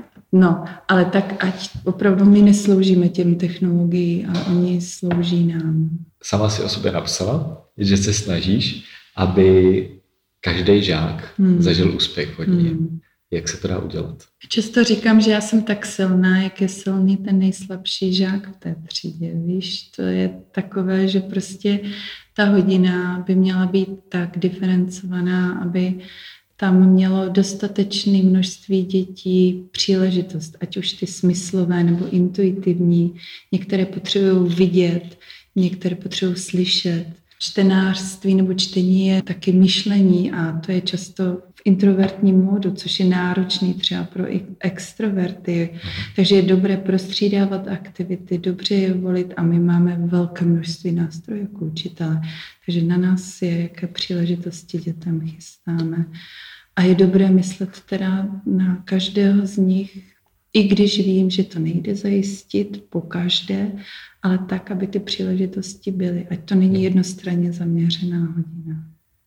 No, ale tak ať opravdu my nesloužíme těm technologiím a oni slouží nám. Sama si o sobě napsala, že se snažíš, aby každý žák hmm. zažil úspěch v hodině. Hmm. Jak se to dá udělat? Často říkám, že já jsem tak silná, jak je silný ten nejslabší žák v té třídě. Víš, to je takové, že prostě ta hodina by měla být tak diferencovaná, aby tam mělo dostatečné množství dětí příležitost, ať už ty smyslové nebo intuitivní. Některé potřebují vidět, některé potřebují slyšet. Čtenářství nebo čtení je taky myšlení a to je často v introvertním módu, což je náročný třeba pro extroverty. Takže je dobré prostřídávat aktivity, dobře je volit a my máme velké množství nástrojů jako učitelé. Takže na nás je, jaké příležitosti dětem chystáme. A je dobré myslet teda na každého z nich, i když vím, že to nejde zajistit po každé, ale tak, aby ty příležitosti byly. Ať to není jednostranně zaměřená hodina.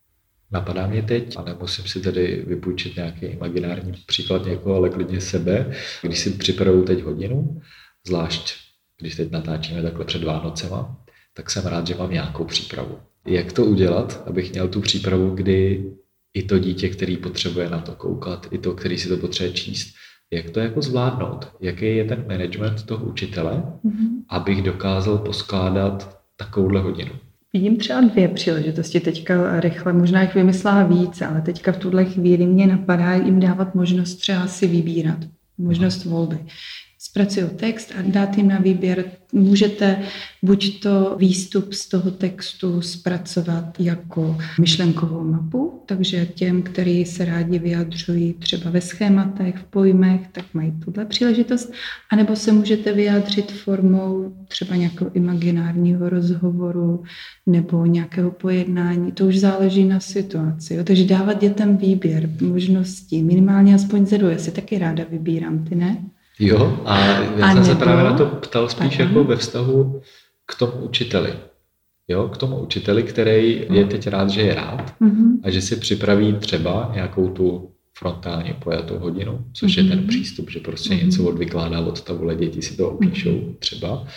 Napadá mě teď, ale musím si tady vypůjčit nějaký imaginární příklad někoho, ale klidně sebe. Když si připravuju teď hodinu, zvlášť když teď natáčíme takhle před Vánocema, tak jsem rád, že mám nějakou přípravu. Jak to udělat, abych měl tu přípravu, kdy i to dítě, který potřebuje na to koukat, i to, který si to potřebuje číst, jak to jako zvládnout? Jaký je ten management toho učitele, mm-hmm. abych dokázal poskládat takovouhle hodinu? Vidím třeba dvě příležitosti teďka rychle, možná jich vymyslela víc, ale teďka v tuhle chvíli mě napadá jim dávat možnost třeba si vybírat, možnost volby. Zpracuju text a dát jim na výběr. Můžete buď to výstup z toho textu zpracovat jako myšlenkovou mapu, takže těm, kteří se rádi vyjadřují třeba ve schématech, v pojmech, tak mají tuhle příležitost, anebo se můžete vyjádřit formou třeba nějakého imaginárního rozhovoru nebo nějakého pojednání. To už záleží na situaci. Jo? Takže dávat dětem výběr, možností, minimálně aspoň ze dvou. Já si taky ráda vybírám, ty ne? Jo, a já a jsem nebo, se právě na to ptal spíš jako ve vztahu k tomu učiteli. Jo, k tomu učiteli, který je teď rád, že je rád mm-hmm. a že si připraví třeba nějakou tu frontálně pojatou hodinu, což mm-hmm. je ten přístup, že prostě mm-hmm. něco odvykládá od tabule, děti si to opíšou třeba.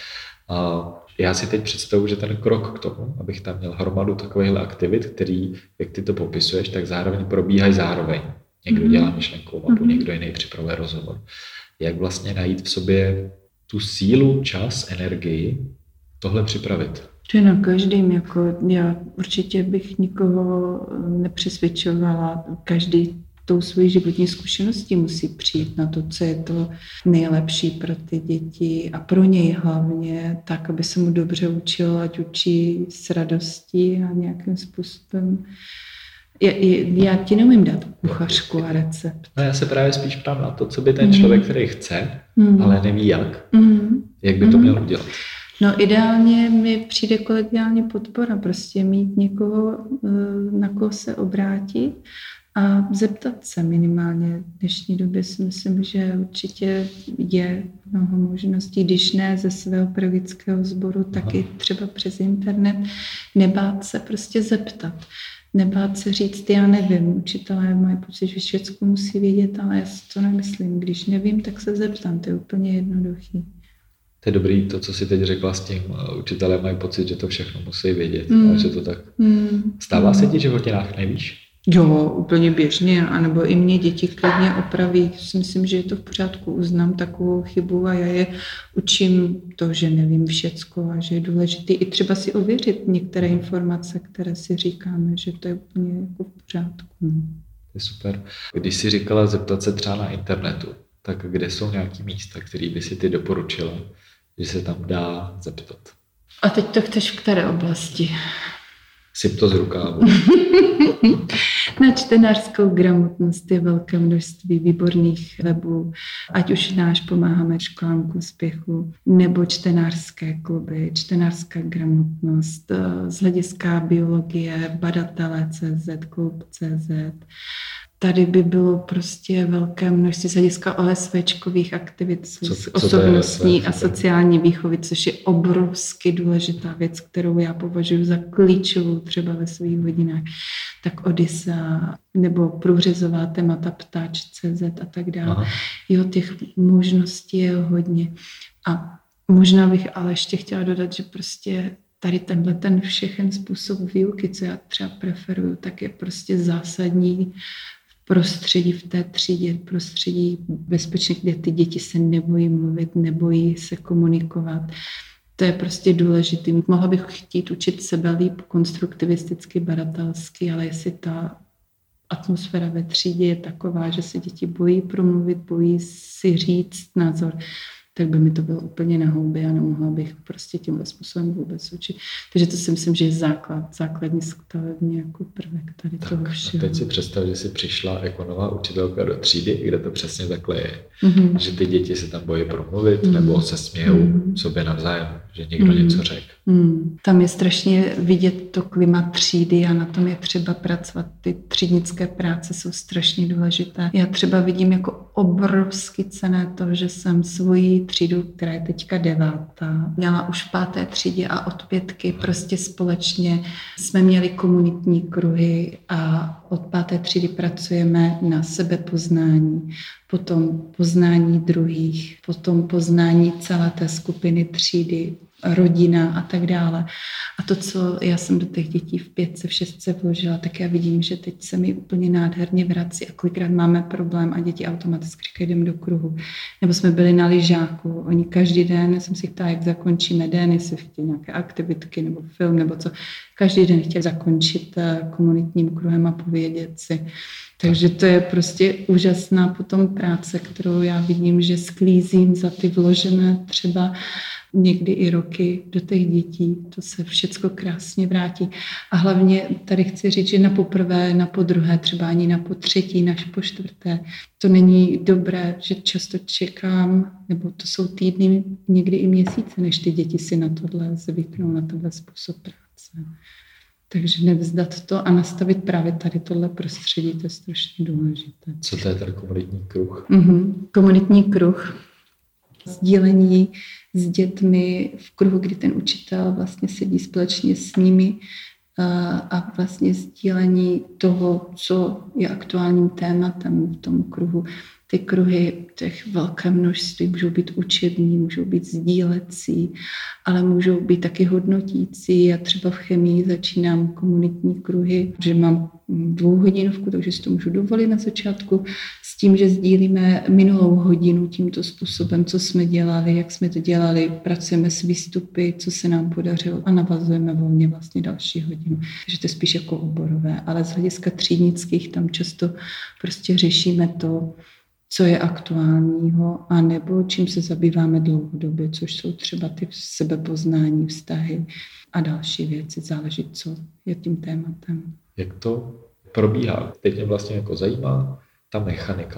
A já si teď představuji, že ten krok k tomu, abych tam měl hromadu takovýchhle aktivit, který, jak ty to popisuješ, tak zároveň probíhají zároveň. Někdo mm-hmm. dělá myšlenkovou mapu, mm-hmm. někdo jiný připravuje rozhovor. Jak vlastně najít v sobě tu sílu, čas, energii, tohle připravit? To je na každým, jako já určitě bych nikoho nepřesvědčovala, každý tou svojí životní zkušeností musí přijít na to, co je to nejlepší pro ty děti a pro něj hlavně, tak, aby se mu dobře učil, ať učí s radostí a nějakým způsobem. Já, já ti neumím dát kuchařku a recept. No já se právě spíš ptám na to, co by ten člověk, který chce, mm. ale neví jak, mm. jak by to mm. měl udělat. No ideálně mi přijde kolegiální podpora, prostě mít někoho, na koho se obrátit A zeptat se minimálně. V dnešní době si myslím, že určitě je mnoho možností, když ne ze svého pedagogického sboru, taky třeba přes internet. Nebát se prostě zeptat. Nebát se říct, já nevím, učitelé mají pocit, že všechno musí vědět, ale já si to nemyslím. Když nevím, tak se zeptám, to je úplně jednoduchý. To je dobrý, to, co jsi teď řekla s tím, učitelé mají pocit, že to všechno musí vědět, Mm. ale že to tak Mm. stává se ti, že v hodinách nevíš? Jo, úplně běžně, anebo i mě děti klidně opraví. Myslím, že je to v pořádku, uznám takovou chybu a já je učím to, že nevím všecko a že je důležité i třeba si ověřit některé informace, které si říkáme, že to je úplně jako v pořádku. To je super. Když jsi říkala zeptat se třeba na internetu, tak kde jsou nějaké místa, které by si ty doporučila, že se tam dá zeptat? A teď to chceš v které oblasti? Syp to z rukávu. Na čtenářskou gramotnost je velké množství výborných webů, ať už náš Pomáháme školám k úspěchu, nebo čtenářské kluby, čtenářská gramotnost, z hlediska biologie, badatelé tečka cé zet, klub tečka cé zet. Tady by bylo prostě velké množství z hlediska OSVčkových aktivit, Co, co osobnostní je, a sociální výchovy, což je obrovsky důležitá věc, kterou já považuji za klíčovou třeba ve svých hodinách. Tak Odyssea nebo průřezová témata ptáč tečka cé zet a tak dále. Aha. Jo, těch možností je hodně. A možná bych ale ještě chtěla dodat, že prostě tady tenhle ten všechen způsob výuky, co já třeba preferuju, tak je prostě zásadní prostředí v té třídě, prostředí bezpečně, kde ty děti se nebojí mluvit, nebojí se komunikovat. To je prostě důležité. Mohla bych chtít učit sebe líp konstruktivisticky, badatelsky, ale jestli ta atmosféra ve třídě je taková, že se děti bojí promluvit, bojí si říct názor, tak by mi to bylo úplně na houby a nemohla bych prostě tímhle způsobem vůbec učit. Takže to si myslím, že je základ, základní stavební jako prvek tady tak, toho všeho. Teď si představ, že jsi přišla jako nová učitelka do třídy, kde to přesně takhle je. Mm-hmm. Že ty děti se tam bojí promluvit, mm-hmm. nebo se smějou mm-hmm. sobě navzájem, že někdo mm-hmm. něco řekl. Mm. Tam je strašně vidět to klima třídy a na tom je třeba pracovat. Ty třídnické práce jsou strašně důležité. Já třeba vidím jako obrovsky cenné to, že jsem svoji třídu, která je teďka devátá, měla už v páté třídě a od pětky prostě společně jsme měli komunitní kruhy a od páté třídy pracujeme na sebepoznání, potom poznání druhých, potom poznání celé té skupiny třídy, rodina a tak dále. A to, co já jsem do těch dětí v pětce, v šestce vložila, tak já vidím, že teď se mi úplně nádherně vrací a kolikrát máme problém a děti automaticky říkají, jdem do kruhu. Nebo jsme byli na lyžáku, oni každý den, jsem si ptala, jak zakončíme den, jestli chtějí nějaké aktivitky nebo film nebo co. Každý den chtěli zakončit komunitním kruhem a povědět si. Takže to je prostě úžasná potom práce, kterou já vidím, že sklízím za ty vložené třeba někdy i roky do těch dětí. To se všecko krásně vrátí. A hlavně tady chci říct, že na poprvé, na podruhé, třeba ani na potřetí, naž po čtvrté. To není dobré, že často čekám, nebo to jsou týdny, někdy i měsíce, než ty děti si na tohle zvyknou, na tohle způsob práce. Takže nevzdat to a nastavit právě tady tohle prostředí, to je strašně důležité. Co to je ten komunitní kruh? Mm-hmm. Komunitní kruh. Sdílení s dětmi v kruhu, kdy ten učitel vlastně sedí společně s nimi a vlastně sdílení toho, co je aktuálním tématem v tom kruhu. Ty kruhy, těch velké množství, můžou být učební, můžou být sdílecí, ale můžou být taky hodnotící. Já třeba v chemii začínám komunitní kruhy, že mám dvouhodinovku, takže si to můžu dovolit na začátku, s tím, že sdílíme minulou hodinu tímto způsobem, co jsme dělali, jak jsme to dělali, pracujeme s výstupy, co se nám podařilo a navazujeme volně vlastně další hodinu. Takže to je spíš jako oborové, ale z hlediska třídnických tam často prostě řešíme to, co je aktuálního, anebo čím se zabýváme dlouhodobě, což jsou třeba ty sebepoznání, vztahy a další věci. Záleží, co je tím tématem. Jak to probíhá? Teď mě vlastně jako zajímá ta mechanika toho.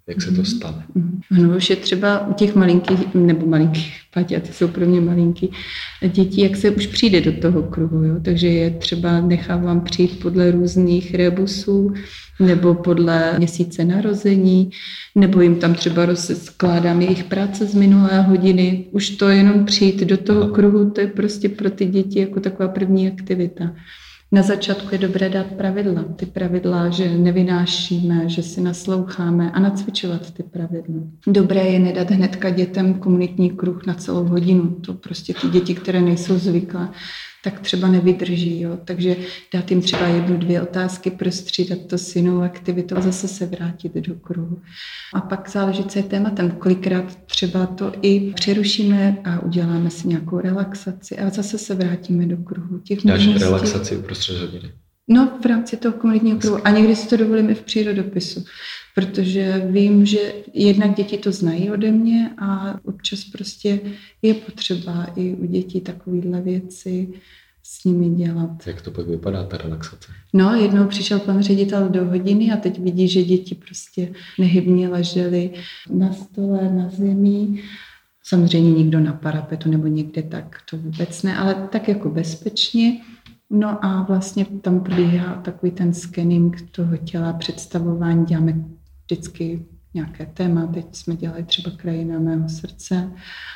Jak se to stane? No, už je třeba u těch malinkých, nebo malinkých, Paťa, ty jsou pro mě malinký, dětí, jak se už přijde do toho kruhu, jo? Takže je třeba nechávám přijít podle různých rebusů, nebo podle měsíce narození, nebo jim tam třeba rozkládám jejich práce z minulé hodiny. Už to jenom přijít do toho kruhu, to je prostě pro ty děti jako taková první aktivita. Na začátku je dobré dát pravidla. Ty pravidla, že nevynášíme, že si nasloucháme a nacvičovat ty pravidla. Dobré je nedat hnedka dětem komunitní kruh na celou hodinu. To prostě ty děti, které nejsou zvyklé, tak třeba nevydrží. Jo? Takže dát jim třeba jednu, dvě otázky, prostřídat to s jinou aktivitou a zase se vrátit do kruhu. A pak záleží, co je tématem. Kolikrát třeba to i přerušíme a uděláme si nějakou relaxaci a zase se vrátíme do kruhu. Těch Dáš možností... relaxaci uprostřed hodiny? No, v rámci toho komunitního kruhu. A někdy si to dovolím i v přírodopisu, protože vím, že jednak děti to znají ode mě a občas prostě je potřeba i u dětí takovýhle věci s nimi dělat. Jak to pak vypadá, ta relaxace? No, jednou přišel pan ředitel do hodiny a teď vidí, že děti prostě nehybně ležely na stole, na zemi. Samozřejmě nikdo na parapetu nebo někde tak, to vůbec ne, ale tak jako bezpečně. No a vlastně tam probíhá takový ten scanning toho těla, představování, děláme vždycky nějaké téma, teď jsme dělali třeba krajina mého srdce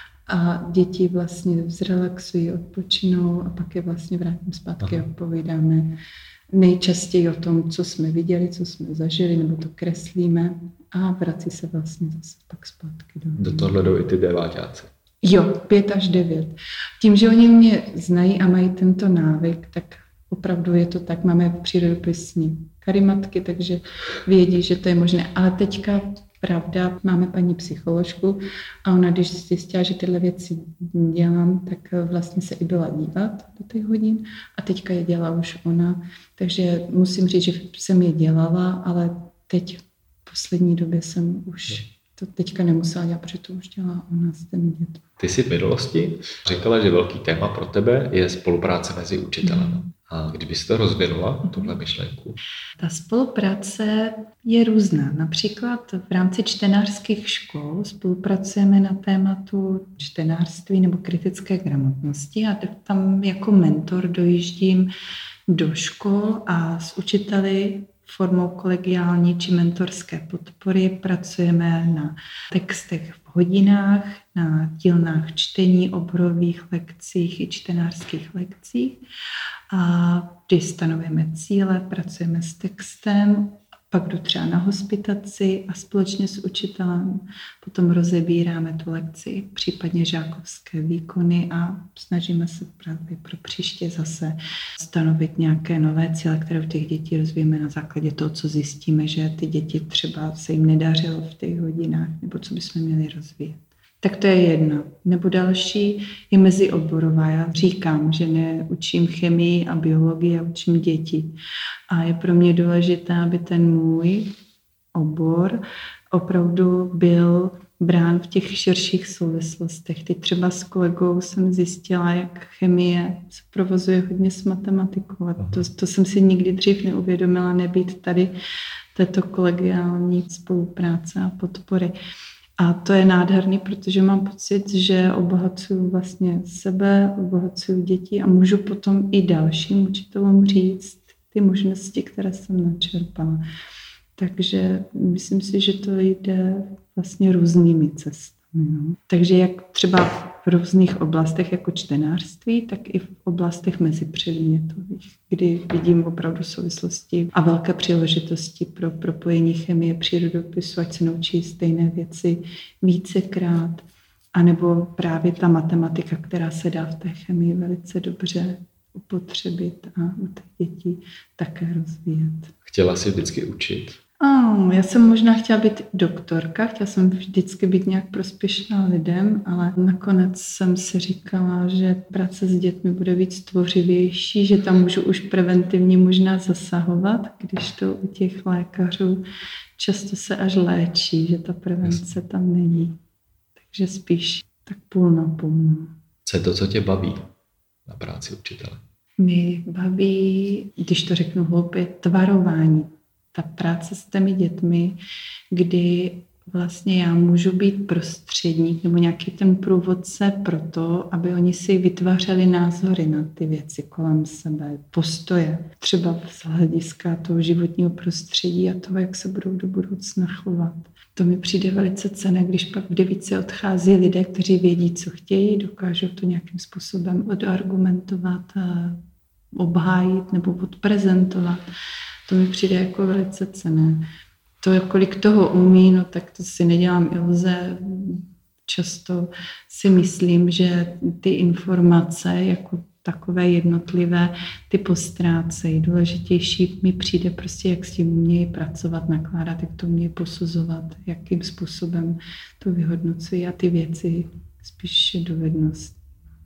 a děti vlastně zrelaxují, odpočinou a pak je vlastně vrátím zpátky a povídáme nejčastěji o tom, co jsme viděli, co jsme zažili, nebo to kreslíme a vrací se vlastně zase pak zpátky do Do tohle jdou i ty deváťáci. Jo, pět až devět. Tím, že oni mě znají a mají tento návyk, tak opravdu je to tak. Máme přírodopisní karimatky, takže vědí, že to je možné. Ale teďka, pravda, máme paní psycholožku a ona, když zjistila, že tyhle věci dělám, tak vlastně se i byla dívat do těch hodin a teďka je dělá už ona. Takže musím říct, že jsem je dělala, ale teď v poslední době jsem už... To teďka nemusela dělat, protože to už dělá ona s těmi dětmi. Ty jsi v minulosti říkala, že velký téma pro tebe je spolupráce mezi učitelemi. Mm. A kdybys to rozvinula, mm. tuhle myšlenku? Ta spolupráce je různá. Například v rámci čtenářských škol spolupracujeme na tématu čtenářství nebo kritické gramotnosti a tam jako mentor dojíždím do škol a s učiteli formou kolegiální či mentorské podpory pracujeme na textech v hodinách, na dílnách čtení, oborových lekcích i čtenářských lekcích. A když stanovíme cíle, pracujeme s textem, pak jdu třeba na hospitaci a společně s učitelem potom rozebíráme tu lekci, případně žákovské výkony a snažíme se právě pro příště zase stanovit nějaké nové cíle, které v těch dětí rozvíjeme na základě toho, co zjistíme, že ty děti třeba se jim nedařilo v těch hodinách, nebo co bychom měli rozvíjet. Tak to je jedna. Nebo další je mezioborová. Já říkám, že neučím chemii a biologii, já učím děti. A je pro mě důležité, aby ten můj obor opravdu byl brán v těch širších souvislostech. Teď třeba s kolegou jsem zjistila, jak chemie se provozuje hodně s matematikou. A to, to jsem si nikdy dřív neuvědomila, nebýt tady této kolegiální spolupráce a podpory. A to je nádherný, protože mám pocit, že obohacuju vlastně sebe, obohacuju děti a můžu potom i dalším učitelům říct ty možnosti, které jsem načerpala. Takže myslím si, že to jde vlastně různými cestami. No. Takže jak třeba v různých oblastech jako čtenářství, tak i v oblastech mezipředmětových, kdy vidím opravdu souvislosti a velké příležitosti pro propojení chemie, přírodopisu, ať se naučí stejné věci vícekrát, anebo právě ta matematika, která se dá v té chemii velice dobře upotřebit a u těch dětí také rozvíjet. Chtěla jsi vždycky učit? Oh, já jsem možná chtěla být doktorka, chtěla jsem vždycky být nějak prospěšná lidem, ale nakonec jsem si říkala, že práce s dětmi bude víc tvořivější, že tam můžu už preventivně možná zasahovat, když to u těch lékařů často se až léčí, že ta prevence tam není. Takže spíš tak půl na půl. Co je to, co tě baví na práci učitele? Mě baví, když to řeknu hloupě, tvarování. Ta práce s těmi dětmi, kdy vlastně já můžu být prostředník nebo nějaký ten průvodce pro to, aby oni si vytvářeli názory na ty věci kolem sebe, postoje, třeba z hlediska toho životního prostředí a toho, jak se budou do budoucna chovat. To mi přijde velice cenné, když pak v devíce odchází lidé, kteří vědí, co chtějí, dokážou to nějakým způsobem odargumentovat, obhájit nebo odprezentovat. To mi přijde jako velice cenné. To, kolik toho umí, no tak to si nedělám iluze. Často si myslím, že ty informace jako takové jednotlivé ty postrácejí. Důležitější mi přijde prostě, jak s tím umějí pracovat, nakládat, jak to umějí posuzovat, jakým způsobem to vyhodnocují a ty věci spíš dovednost.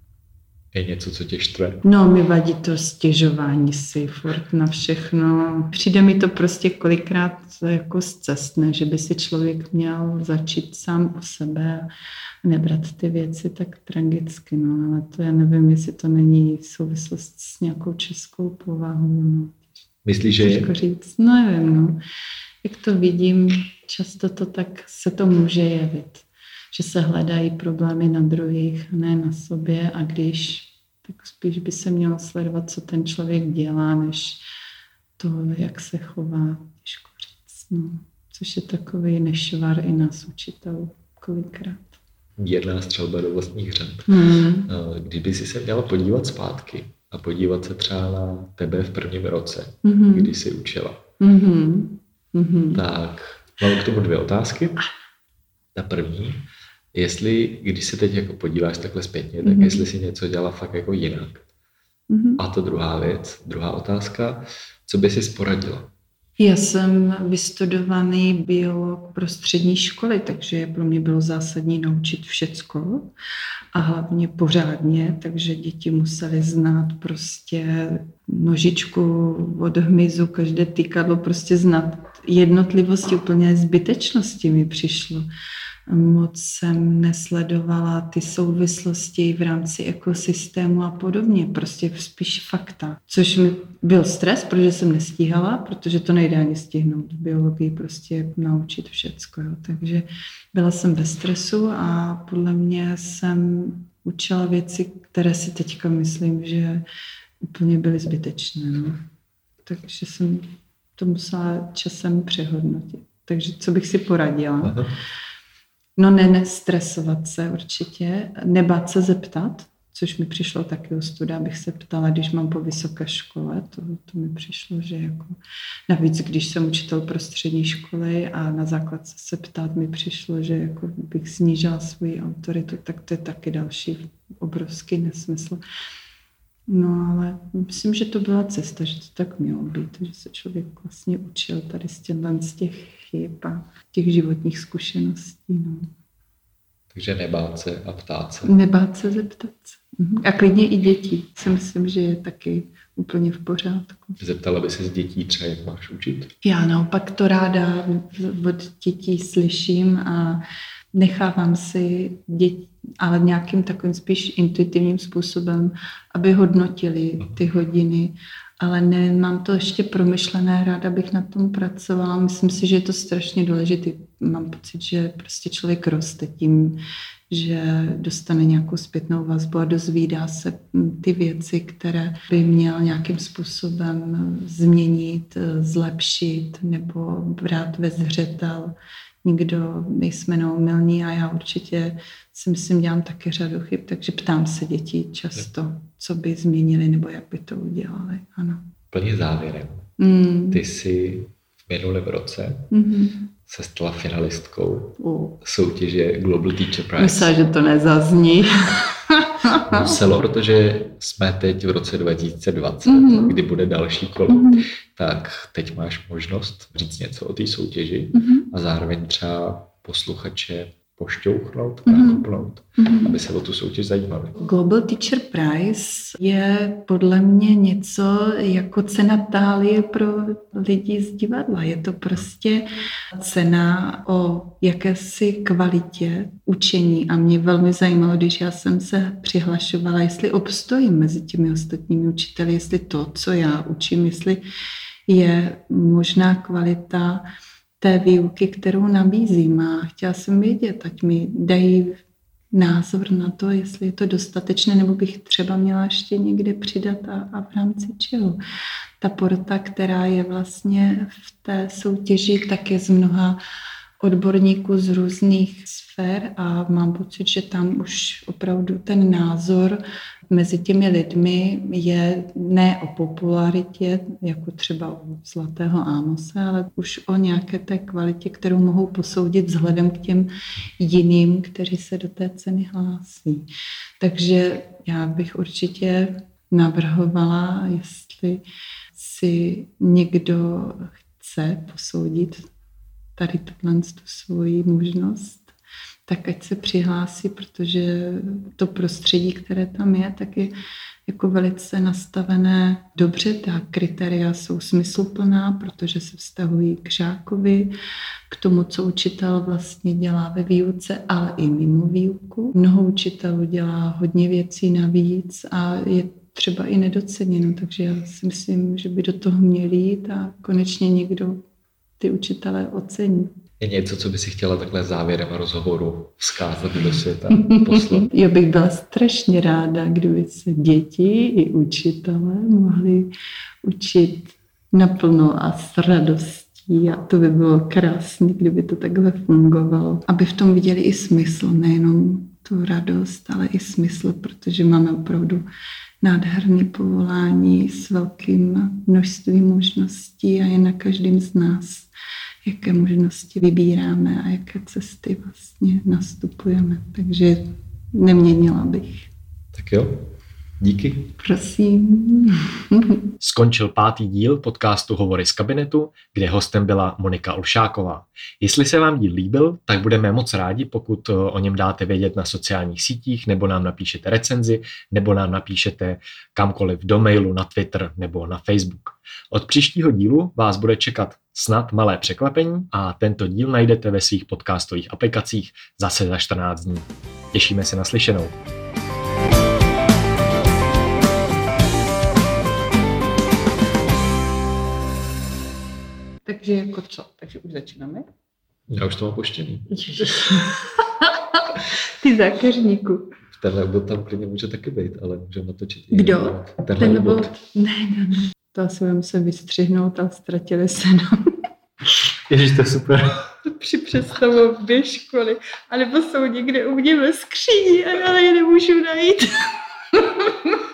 Je něco, co tě štve? No, mi vadí to stěžování si furt na všechno. Přijde mi to prostě kolikrát jako zcestné, že by si člověk měl začít sám o sebe a nebrat ty věci tak tragicky. No, ale to já nevím, jestli to není souvislost s nějakou českou povahou. No. Myslíš, že je? Říct. No, nevím, no. Jak to vidím, často to tak se to může jevit. Že se hledají problémy na druhých, ne na sobě a když, tak spíš by se mělo sledovat, co ten člověk dělá, než to, jak se chová, těžko říct. No. Což je takový nešvar i nás učitelů kolikrát. Mírná střelba do vlastních řad. Hmm. Kdyby si se měla podívat zpátky a podívat se třeba na tebe v prvním roce, hmm. kdy jsi učila, hmm. Hmm. tak mám k tomu dvě otázky. Ta první, jestli, když se teď jako podíváš takhle zpětně, tak mm-hmm. jestli si něco dělala fakt jako jinak. Mm-hmm. A to druhá věc, druhá otázka, co by si poradila? Já jsem vystudovaný biolog pro střední školy, takže pro mě bylo zásadní naučit všecko a hlavně pořádně, takže děti musely znát prostě nožičku od hmyzu, každé tykadlo, prostě znát jednotlivosti, úplně zbytečnosti mi přišlo. Moc jsem nesledovala ty souvislosti v rámci ekosystému a podobně, prostě spíš fakta. Což mi byl stres, protože jsem nestíhala, protože to nejde ani stihnout v biologii, prostě naučit všecko. Jo. Takže byla jsem bez stresu a podle mě jsem učila věci, které si teďka myslím, že úplně byly zbytečné. No. Takže jsem to musela časem přehodnotit. Takže co bych si poradila? Aha. No ne, nestresovat se určitě, nebát se zeptat, což mi přišlo taky u studia, abych se ptala, když mám po vysoké škole, to, to mi přišlo, že jako navíc, když jsem učitel pro střední školy a na základce se ptát mi přišlo, že jako bych snížila svoji autoritu, tak to je taky další obrovský nesmysl. No ale myslím, že to byla cesta, že to tak mělo být, že se člověk vlastně učil tady z těchto z těch chyb a těch životních zkušeností. No. Takže nebát se a ptát se. Nebát se zeptat se. A klidně i děti. Si myslím, že je taky úplně v pořádku. Zeptala by se z dětí třeba, jak máš učit? Já naopak to ráda od dětí slyším a nechávám si děti, ale nějakým takovým spíš intuitivním způsobem, aby hodnotili ty hodiny, ale nemám to ještě promyšlené, ráda bych na tom pracovala. Myslím si, že je to strašně důležité. Mám pocit, že prostě člověk roste tím, že dostane nějakou zpětnou vazbu a dozvídá se ty věci, které by měl nějakým způsobem změnit, zlepšit nebo brát ve zřetel. Nikdo nejsme neomylní a já určitě si myslím, dělám taky řadu chyb, takže ptám se dětí často, co by změnili nebo jak by to udělali. Ano. Plně závěrem. Mm. Ty jsi v minulém roce mm-hmm. se stala finalistkou uh. soutěže Global Teacher Prize. Myslím, že to nezazní. Muselo, protože jsme teď v roce dva tisíce dvacet, mm-hmm. kdy bude další kolo. Mm-hmm. Tak teď máš možnost říct něco o té soutěži mm-hmm. a zároveň třeba posluchače pošťouchnout, mm-hmm. nakopnout, mm-hmm. aby se o tu soutěž zajímali. Global Teacher Prize je podle mě něco jako cena Thálie pro lidi z divadla. Je to prostě cena o jakési kvalitě učení a mě velmi zajímalo, když já jsem se přihlašovala, jestli obstojím mezi těmi ostatními učiteli, jestli to, co já učím, jestli je možná kvalita té výuky, kterou nabízím. A chtěla jsem vědět, ať mi dají názor na to, jestli je to dostatečné, nebo bych třeba měla ještě někde přidat a, a v rámci čeho. Ta porota, která je vlastně v té soutěži, tak je z mnoha odborníků z různých sfér a mám pocit, že tam už opravdu ten názor mezi těmi lidmi je ne o popularitě, jako třeba u Zlatého Ámose, ale už o nějaké té kvalitě, kterou mohou posoudit vzhledem k těm jiným, kteří se do té ceny hlásí. Takže já bych určitě navrhovala, jestli si někdo chce posoudit tady tuhle svoji možnost, tak ať se přihlásí, protože to prostředí, které tam je, tak je jako velice nastavené dobře. Ta kritéria jsou smysluplná, protože se vztahují k žákovi, k tomu, co učitel vlastně dělá ve výuce, ale i mimo výuku. Mnoho učitelů dělá hodně věcí navíc a je třeba i nedoceněno, takže já si myslím, že by do toho měli jít a konečně někdo ty učitelé ocení. Je něco, co by si chtěla takhle závěrem rozhovoru vzkázat do světa, poslat? Já bych byla strašně ráda, kdyby se děti i učitelé mohli učit naplno a s radostí a to by bylo krásné, kdyby to takhle fungovalo. Aby v tom viděli i smysl, nejenom tu radost, ale i smysl, protože máme opravdu nádherné povolání s velkým množstvím možností a je na každém z nás, jaké možnosti vybíráme a jaké cesty vlastně nastupujeme. Takže neměnila bych. Tak jo, díky. Prosím. Skončil pátý díl podcastu Hovory z kabinetu, kde hostem byla Monika Olšáková. Jestli se vám díl líbil, tak budeme moc rádi, pokud o něm dáte vědět na sociálních sítích, nebo nám napíšete recenzi, nebo nám napíšete kamkoliv do mailu, na Twitter nebo na Facebook. Od příštího dílu vás bude čekat snad malé překvapení a tento díl najdete ve svých podcastových aplikacích zase za čtrnáct dní. Těšíme se na slyšenou. Takže jako co? Takže už začínáme? Já už to mám poštěný. Ty zákazníku. Tenhle úvod tam klidně může taky být, ale můžeme natočit. Kdo? Tenhle Ten úvod. úvod. Ne, ne, ne. To asi budeme se vystřihnout a ztratili se nám. Ježiš, to je super. Při představově školy. A nebo jsou někde u mě ve skříni a já je nemůžu najít.